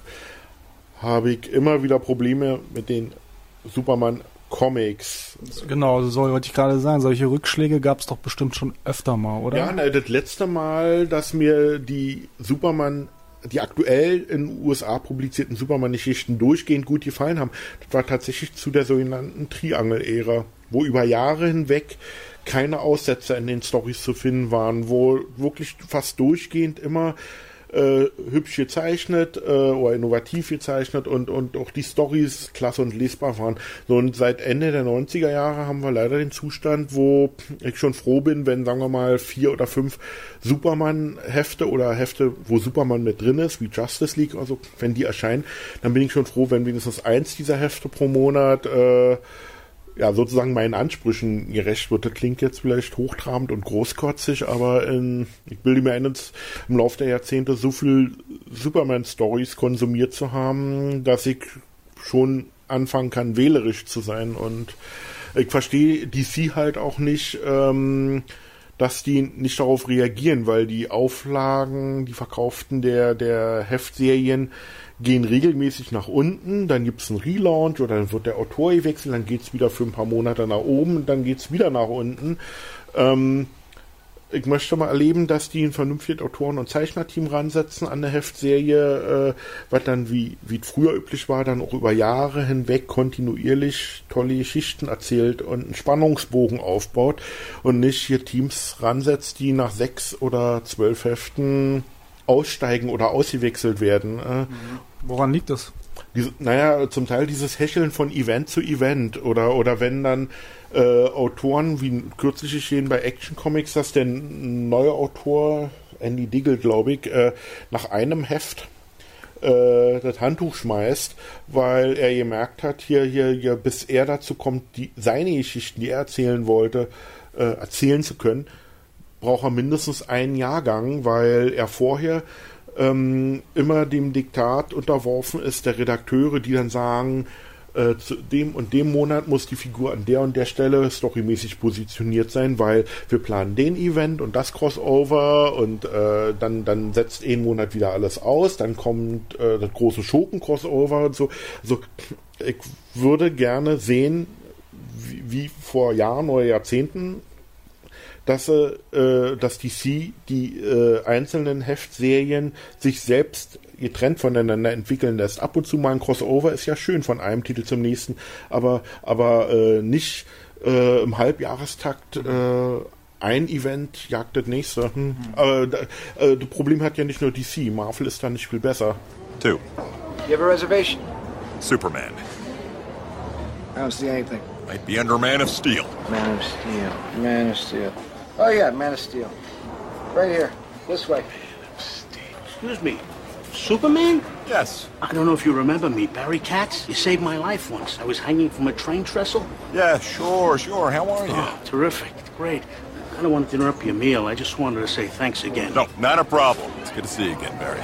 habe ich immer wieder Probleme mit den Superman-Comics. Genau, so wollte ich gerade sagen. Solche Rückschläge gab es doch bestimmt schon öfter mal, oder? Ja, na, das letzte Mal, dass mir die Superman, die aktuell in den U S A publizierten Superman-Geschichten durchgehend gut gefallen haben, das war tatsächlich zu der sogenannten Triangle-Ära, wo über Jahre hinweg keine Aussätze in den Storys zu finden waren, wo wirklich fast durchgehend immer Äh, hübsch gezeichnet äh, oder innovativ gezeichnet und, und auch die Storys klasse und lesbar waren. So, und seit Ende der neunziger Jahre haben wir leider den Zustand, wo ich schon froh bin, wenn, sagen wir mal, vier oder fünf Superman-Hefte oder Hefte, wo Superman mit drin ist, wie Justice League, also wenn die erscheinen, dann bin ich schon froh, wenn wenigstens eins dieser Hefte pro Monat äh, ja, sozusagen meinen Ansprüchen gerecht wird. Das klingt jetzt vielleicht hochtrabend und großkotzig, aber in, ich bilde mir ein, im Laufe der Jahrzehnte so viel Superman-Stories konsumiert zu haben, dass ich schon anfangen kann, wählerisch zu sein. Und ich verstehe D C halt auch nicht, ähm, dass die nicht darauf reagieren, weil die Auflagen, die verkauften der, der Heftserien gehen regelmäßig nach unten, dann gibt es einen Relaunch oder dann wird der Autor gewechselt, dann geht es wieder für ein paar Monate nach oben, dann geht es wieder nach unten. Ähm, ich möchte mal erleben, dass die ein vernünftiges Autoren- und Zeichnerteam ransetzen an der Heftserie, äh, was dann, wie wie es früher üblich war, dann auch über Jahre hinweg kontinuierlich tolle Geschichten erzählt und einen Spannungsbogen aufbaut und nicht hier Teams ransetzt, die nach sechs oder zwölf Heften aussteigen oder ausgewechselt werden. Äh, mhm. Woran liegt das? Diese, naja, zum Teil dieses Hecheln von Event zu Event oder oder wenn dann äh, Autoren, wie kürzlich geschehen bei Action Comics, dass der neue Autor, Andy Diggle, glaube ich, äh, nach einem Heft äh, das Handtuch schmeißt, weil er gemerkt hat, hier, hier, hier, bis er dazu kommt, die, seine Geschichten, die er erzählen wollte, äh, erzählen zu können, braucht er mindestens einen Jahrgang, weil er vorher ähm, immer dem Diktat unterworfen ist der Redakteure, die dann sagen, äh, zu dem und dem Monat muss die Figur an der und der Stelle storymäßig positioniert sein, weil wir planen den Event und das Crossover und äh, dann, dann setzt einen Monat wieder alles aus, dann kommt äh, das große Schurken-Crossover und so. Also ich würde gerne sehen, wie, wie vor Jahren oder Jahrzehnten, dass, äh, dass D C die äh, einzelnen Heftserien sich selbst getrennt voneinander entwickeln lässt. Ab und zu mal ein Crossover ist ja schön von einem Titel zum nächsten, aber, aber äh, nicht äh, im Halbjahrestakt äh, ein Event jagt das nächste. Hm. Mhm. Aber äh, das Problem hat ja nicht nur D C, Marvel ist da nicht viel besser. Two. You have a reservation? Superman. I don't see anything. Might be under Man of Steel. Man of Steel. Man of Steel. Oh, yeah, Man of Steel. Right here. This way. Excuse me. Superman? Yes. I don't know if you remember me, Barry Katz. You saved my life once. I was hanging from a train trestle. Yeah, sure, sure. How are you? Oh, terrific. Great. I don't want to interrupt your meal. I just wanted to say thanks again. No, not a problem. It's good to see you again, Barry.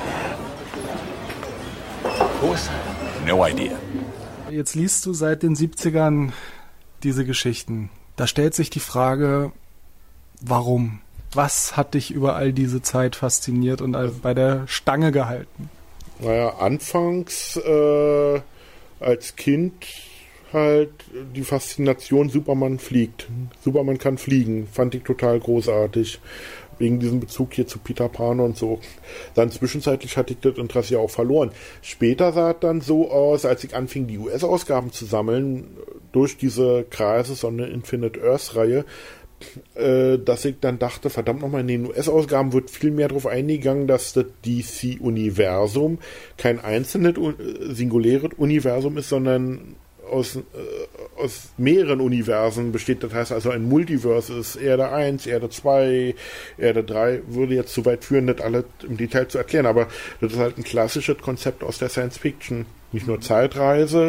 Who was that? No idea. Jetzt liest du seit den siebzigern diese Geschichten. Da stellt sich die Frage, warum? Was hat dich über all diese Zeit fasziniert und bei der Stange gehalten? Naja, anfangs äh, als Kind halt die Faszination Superman fliegt. Superman kann fliegen, fand ich total großartig. Wegen diesem Bezug hier zu Peter Pan und so. Dann zwischenzeitlich hatte ich das Interesse ja auch verloren. Später sah es dann so aus, als ich anfing, die U S-Ausgaben zu sammeln, durch diese Crisis on the Infinite Earth-Reihe, äh, dass ich dann dachte, verdammt nochmal, in den U S-Ausgaben wird viel mehr darauf eingegangen, dass das D C-Universum kein einzelnes, singuläres Universum ist, sondern aus, äh, aus mehreren Universen besteht. Das heißt also, ein Multiverse ist Erde eins, Erde zwei, Erde drei. Würde jetzt zu weit führen, das alles im Detail zu erklären, aber das ist halt ein klassisches Konzept aus der Science Fiction. Nicht nur Zeitreise,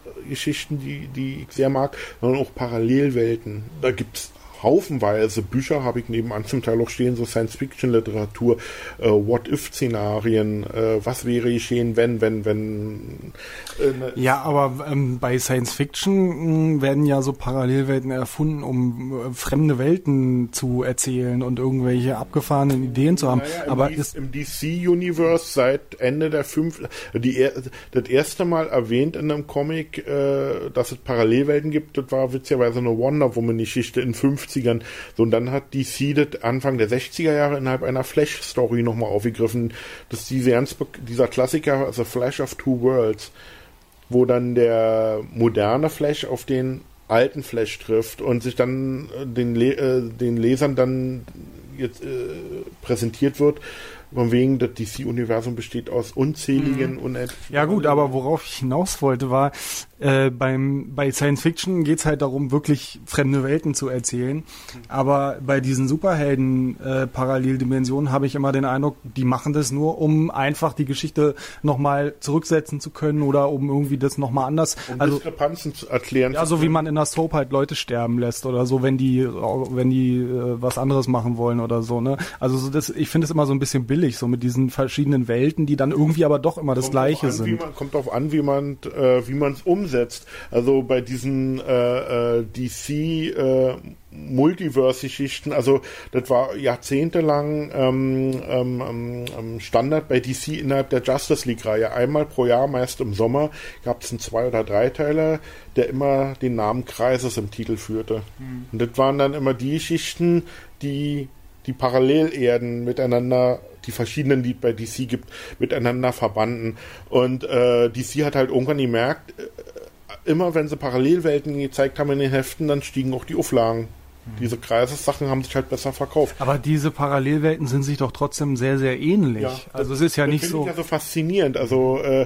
Geschichten, die, die ich sehr mag, sondern auch Parallelwelten. Da gibt's haufenweise Bücher, habe ich nebenan zum Teil auch stehen, so Science-Fiction-Literatur, äh, What-If-Szenarien, äh, was wäre geschehen, wenn, wenn, wenn. Äh, ne ja, aber ähm, bei Science-Fiction werden ja so Parallelwelten erfunden, um äh, fremde Welten zu erzählen und irgendwelche abgefahrenen Ideen zu haben. Naja, im aber D- ist im D C-Universe seit Ende der fünf, die er, das erste Mal erwähnt in einem Comic, äh, dass es Parallelwelten gibt, das war witzigerweise eine Wonder Woman-Geschichte in fünfzigern. So, und dann hat D C das Anfang der sechziger Jahre innerhalb einer Flash-Story nochmal aufgegriffen. Das ist diese ganz, dieser Klassiker, The Flash of Two Worlds, wo dann der moderne Flash auf den alten Flash trifft und sich dann den, Le- äh, den Lesern dann jetzt äh, präsentiert wird, von wegen, das D C-Universum besteht aus unzähligen, Mhm. unendlichen... Ja gut, aber worauf ich hinaus wollte, war, äh, beim, bei Science Fiction geht's halt darum, wirklich fremde Welten zu erzählen. Aber bei diesen Superhelden-Paralleldimensionen äh, habe ich immer den Eindruck, die machen das nur, um einfach die Geschichte nochmal zurücksetzen zu können oder um irgendwie das nochmal anders... Um also, Diskrepanzen zu erklären. ja, so wie man in der Soap halt Leute sterben lässt oder so, wenn die, wenn die äh, was anderes machen wollen oder so, ne? Also so das, ich finde es immer so ein bisschen billig, so mit diesen verschiedenen Welten, die dann irgendwie aber doch immer das Kommt Gleiche drauf an, sind. Wie man, kommt darauf an, wie man äh, wie man es umsetzt. Also bei diesen äh, äh, D C äh, Multiverse-Geschichten, also das war jahrzehntelang ähm, ähm, ähm, Standard bei D C innerhalb der Justice League-Reihe. Einmal pro Jahr, meist im Sommer, gab es einen Zwei- oder Dreiteiler, der immer den Namen Kreises im Titel führte. Mhm. Und das waren dann immer die Geschichten, die die Parallelerden miteinander, die verschiedenen, die es bei D C gibt, miteinander verbanden. Und äh, D C hat halt irgendwann gemerkt, äh, immer wenn sie Parallelwelten gezeigt haben in den Heften, dann stiegen auch die Auflagen. Mhm. Diese Kreises-Sachen haben sich halt besser verkauft. Aber diese Parallelwelten sind sich doch trotzdem sehr, sehr ähnlich. Ja, also es ist ja das nicht finde so... ich ja so faszinierend. Also äh,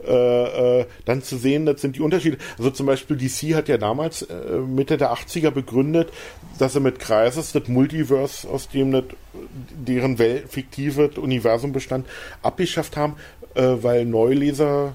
äh, dann zu sehen, das sind die Unterschiede. Also zum Beispiel D C hat ja damals äh, Mitte der achtziger begründet, dass sie mit Kreises das Multiverse, aus dem das, deren Welt, fiktive Universum bestand, abgeschafft haben, äh, weil Neuleser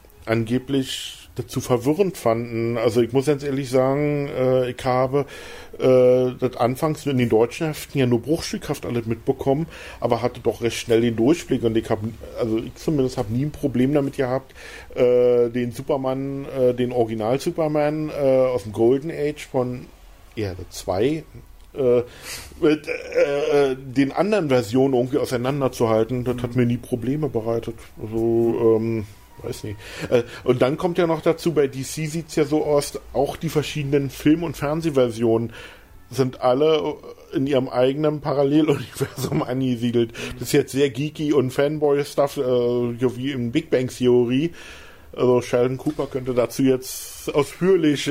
angeblich dazu verwirrend fanden. Also ich muss ganz ehrlich sagen, äh, ich habe äh, das anfangs in den deutschen Heften ja nur bruchstückhaft alles mitbekommen, aber hatte doch recht schnell den Durchblick und ich habe, also ich zumindest habe nie ein Problem damit gehabt, äh, den Superman, äh, den Original Superman äh, aus dem Golden Age von Erde zwei äh, mit äh, den anderen Versionen irgendwie auseinanderzuhalten. Das hat mir nie Probleme bereitet. Also ähm, weiß nicht. Und dann kommt ja noch dazu, bei D C sieht es ja so aus, auch die verschiedenen Film- und Fernsehversionen sind alle in ihrem eigenen Paralleluniversum angesiedelt. Das ist jetzt sehr geeky und Fanboy-Stuff, äh, wie in Big Bang Theory. Also Sheldon Cooper könnte dazu jetzt ausführlich.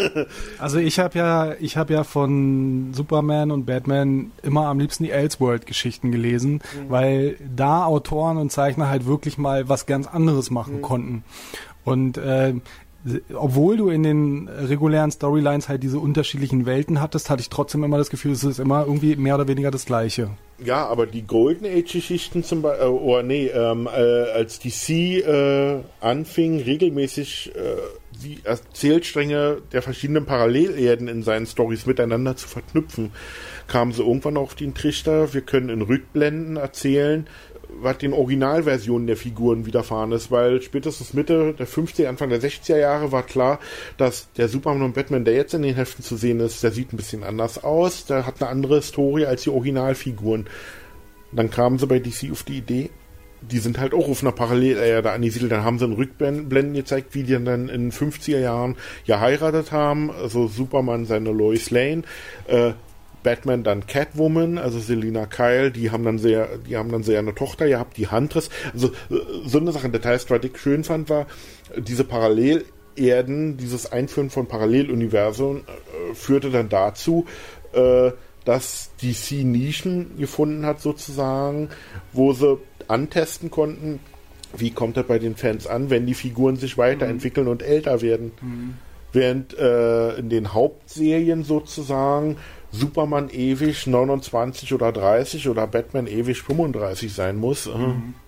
Also ich habe ja, ich habe ja von Superman und Batman immer am liebsten die Elseworld-Geschichten gelesen, mhm. weil da Autoren und Zeichner halt wirklich mal was ganz anderes machen mhm. konnten. Und äh, obwohl du in den regulären Storylines halt diese unterschiedlichen Welten hattest, hatte ich trotzdem immer das Gefühl, es ist immer irgendwie mehr oder weniger das Gleiche. Ja, aber die Golden Age-Geschichten zum Beispiel, äh, oder nee, ähm, äh, als D C äh, anfing, regelmäßig äh, die Erzählstränge der verschiedenen Parallelerden in seinen Storys miteinander zu verknüpfen, kamen sie irgendwann auf den Trichter, wir können in Rückblenden erzählen, was den Originalversionen der Figuren widerfahren ist, weil spätestens Mitte der fünfziger, Anfang der sechziger Jahre war klar, dass der Superman und Batman, der jetzt in den Heften zu sehen ist, der sieht ein bisschen anders aus, der hat eine andere Historie als die Originalfiguren. Dann kamen sie bei D C auf die Idee, die sind halt auch auf einer Parallelerde angesiedelt, dann haben sie in Rückblenden gezeigt, wie die dann in den fünfziger Jahren geheiratet haben, also Superman seine Lois Lane, äh, Batman dann Catwoman, also Selina Kyle, die haben dann sehr, die haben dann sehr eine Tochter gehabt, die Huntress, also so eine Sache. Das heißt, was ich schön fand, war diese Parallelerden, dieses Einführen von Paralleluniversen äh, führte dann dazu, äh, dass D C Nischen gefunden hat sozusagen, wo sie antesten konnten, wie kommt das bei den Fans an, wenn die Figuren sich weiterentwickeln mhm. und älter werden. Mhm. Während äh, in den Hauptserien sozusagen Superman ewig neunundzwanzig oder dreißig oder Batman ewig fünfunddreißig sein muss. Mhm.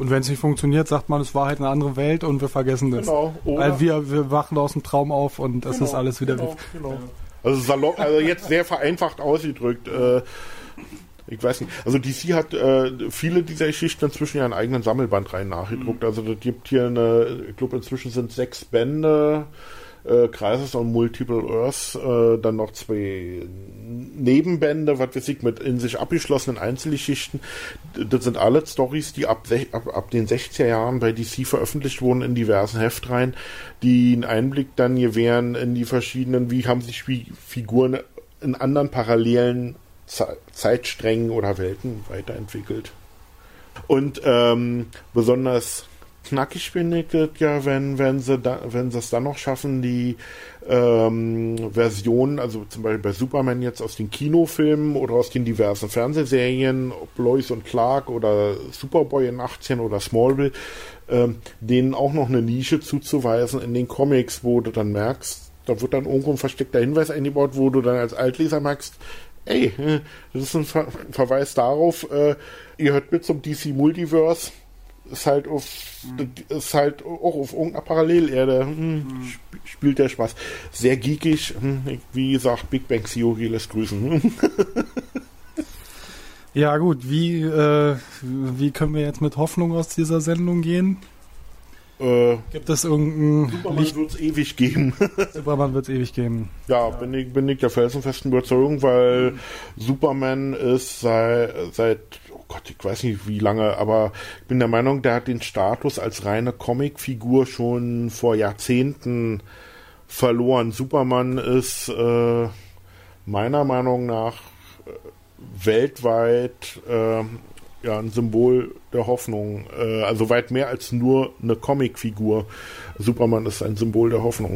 Und wenn es nicht funktioniert, sagt man, es war halt eine andere Welt und wir vergessen das. Genau. Weil wir, wir wachen aus dem Traum auf und das Genau, ist alles wieder... genau, genau. Also salopp, also jetzt sehr vereinfacht ausgedrückt. Äh, ich weiß nicht. Also D C hat äh, viele dieser Geschichten inzwischen ja einen eigenen Sammelband rein nachgedruckt. Also das gibt hier eine, ich glaube inzwischen sind sechs Bände, äh, Crisis on Multiple Earths, äh, dann noch zwei Nebenbände, was weiß ich, mit in sich abgeschlossenen Einzelgeschichten. Das sind alle Storys, die ab, ab, ab den sechziger Jahren bei D C veröffentlicht wurden in diversen Heftreihen, die einen Einblick dann gewähren in die verschiedenen, wie haben sich Figuren in anderen parallelen Ze- Zeitsträngen oder Welten weiterentwickelt. Und ähm, besonders knackig finde ich das ja, wenn, wenn sie da, wenn sie es dann noch schaffen, die ähm, Versionen, also zum Beispiel bei Superman jetzt aus den Kinofilmen oder aus den diversen Fernsehserien, ob Lois und Clark oder Superboy in achtzehn oder Smallville, ähm, denen auch noch eine Nische zuzuweisen in den Comics, wo du dann merkst, da wird dann irgendwo ein versteckter Hinweis eingebaut, wo du dann als Altleser merkst, ey, das ist ein Ver- Verweis darauf, äh, ihr hört mit zum D C Multiverse, ist halt auf, mhm. ist halt auch auf irgendeiner Parallelerde, hm, mhm. sp- spielt der Spaß. Sehr geekig, hm, wie gesagt, Big Bang Theory lässt grüßen. Ja gut, wie, äh, wie können wir jetzt mit Hoffnung aus dieser Sendung gehen? Äh, Gibt es irgendein... Superman wird es ewig geben. Superman wird es ewig geben. Ja, ja, bin ich, bin ich der felsenfesten Überzeugung, weil mhm. Superman ist seit, seit, oh Gott, ich weiß nicht wie lange, aber ich bin der Meinung, der hat den Status als reine Comicfigur schon vor Jahrzehnten verloren. Superman ist äh, meiner Meinung nach äh, weltweit äh, ja, ein Symbol der Hoffnung. Äh, also weit mehr als nur eine Comicfigur. Superman ist ein Symbol der Hoffnung.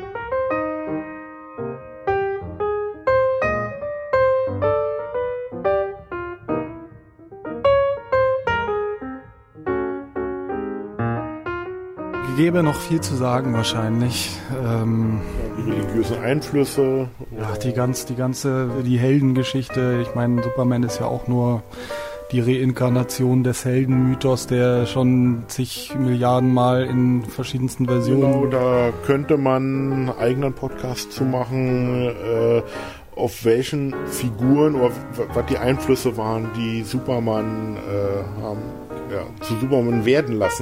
Gäbe noch viel zu sagen wahrscheinlich. Ähm, die religiösen Einflüsse. Ja, die, ganz, die ganze, die Heldengeschichte. Ich meine, Superman ist ja auch nur die Reinkarnation des Heldenmythos, der schon zig Milliarden Mal in verschiedensten Versionen... Genau, da könnte man einen eigenen Podcast zu machen, äh, auf welchen Figuren oder w- was die Einflüsse waren, die Superman äh, haben, ja, zu Superman werden lassen.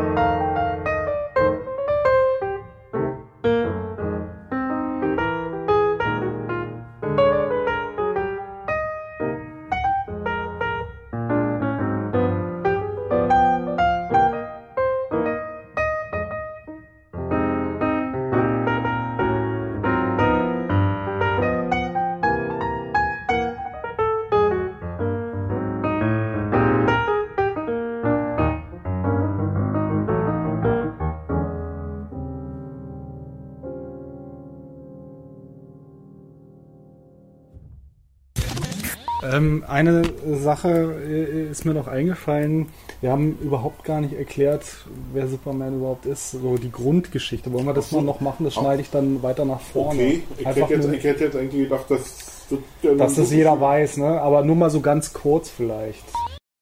Ähm, eine Sache ist mir noch eingefallen. Wir haben überhaupt gar nicht erklärt, wer Superman überhaupt ist. So die Grundgeschichte. Wollen wir das mal noch machen? Das schneide ich dann weiter nach vorne. Okay, ich hätte jetzt, ich hätte jetzt eigentlich gedacht, dass, dass das jeder weiß, ne? Aber nur mal so ganz kurz vielleicht.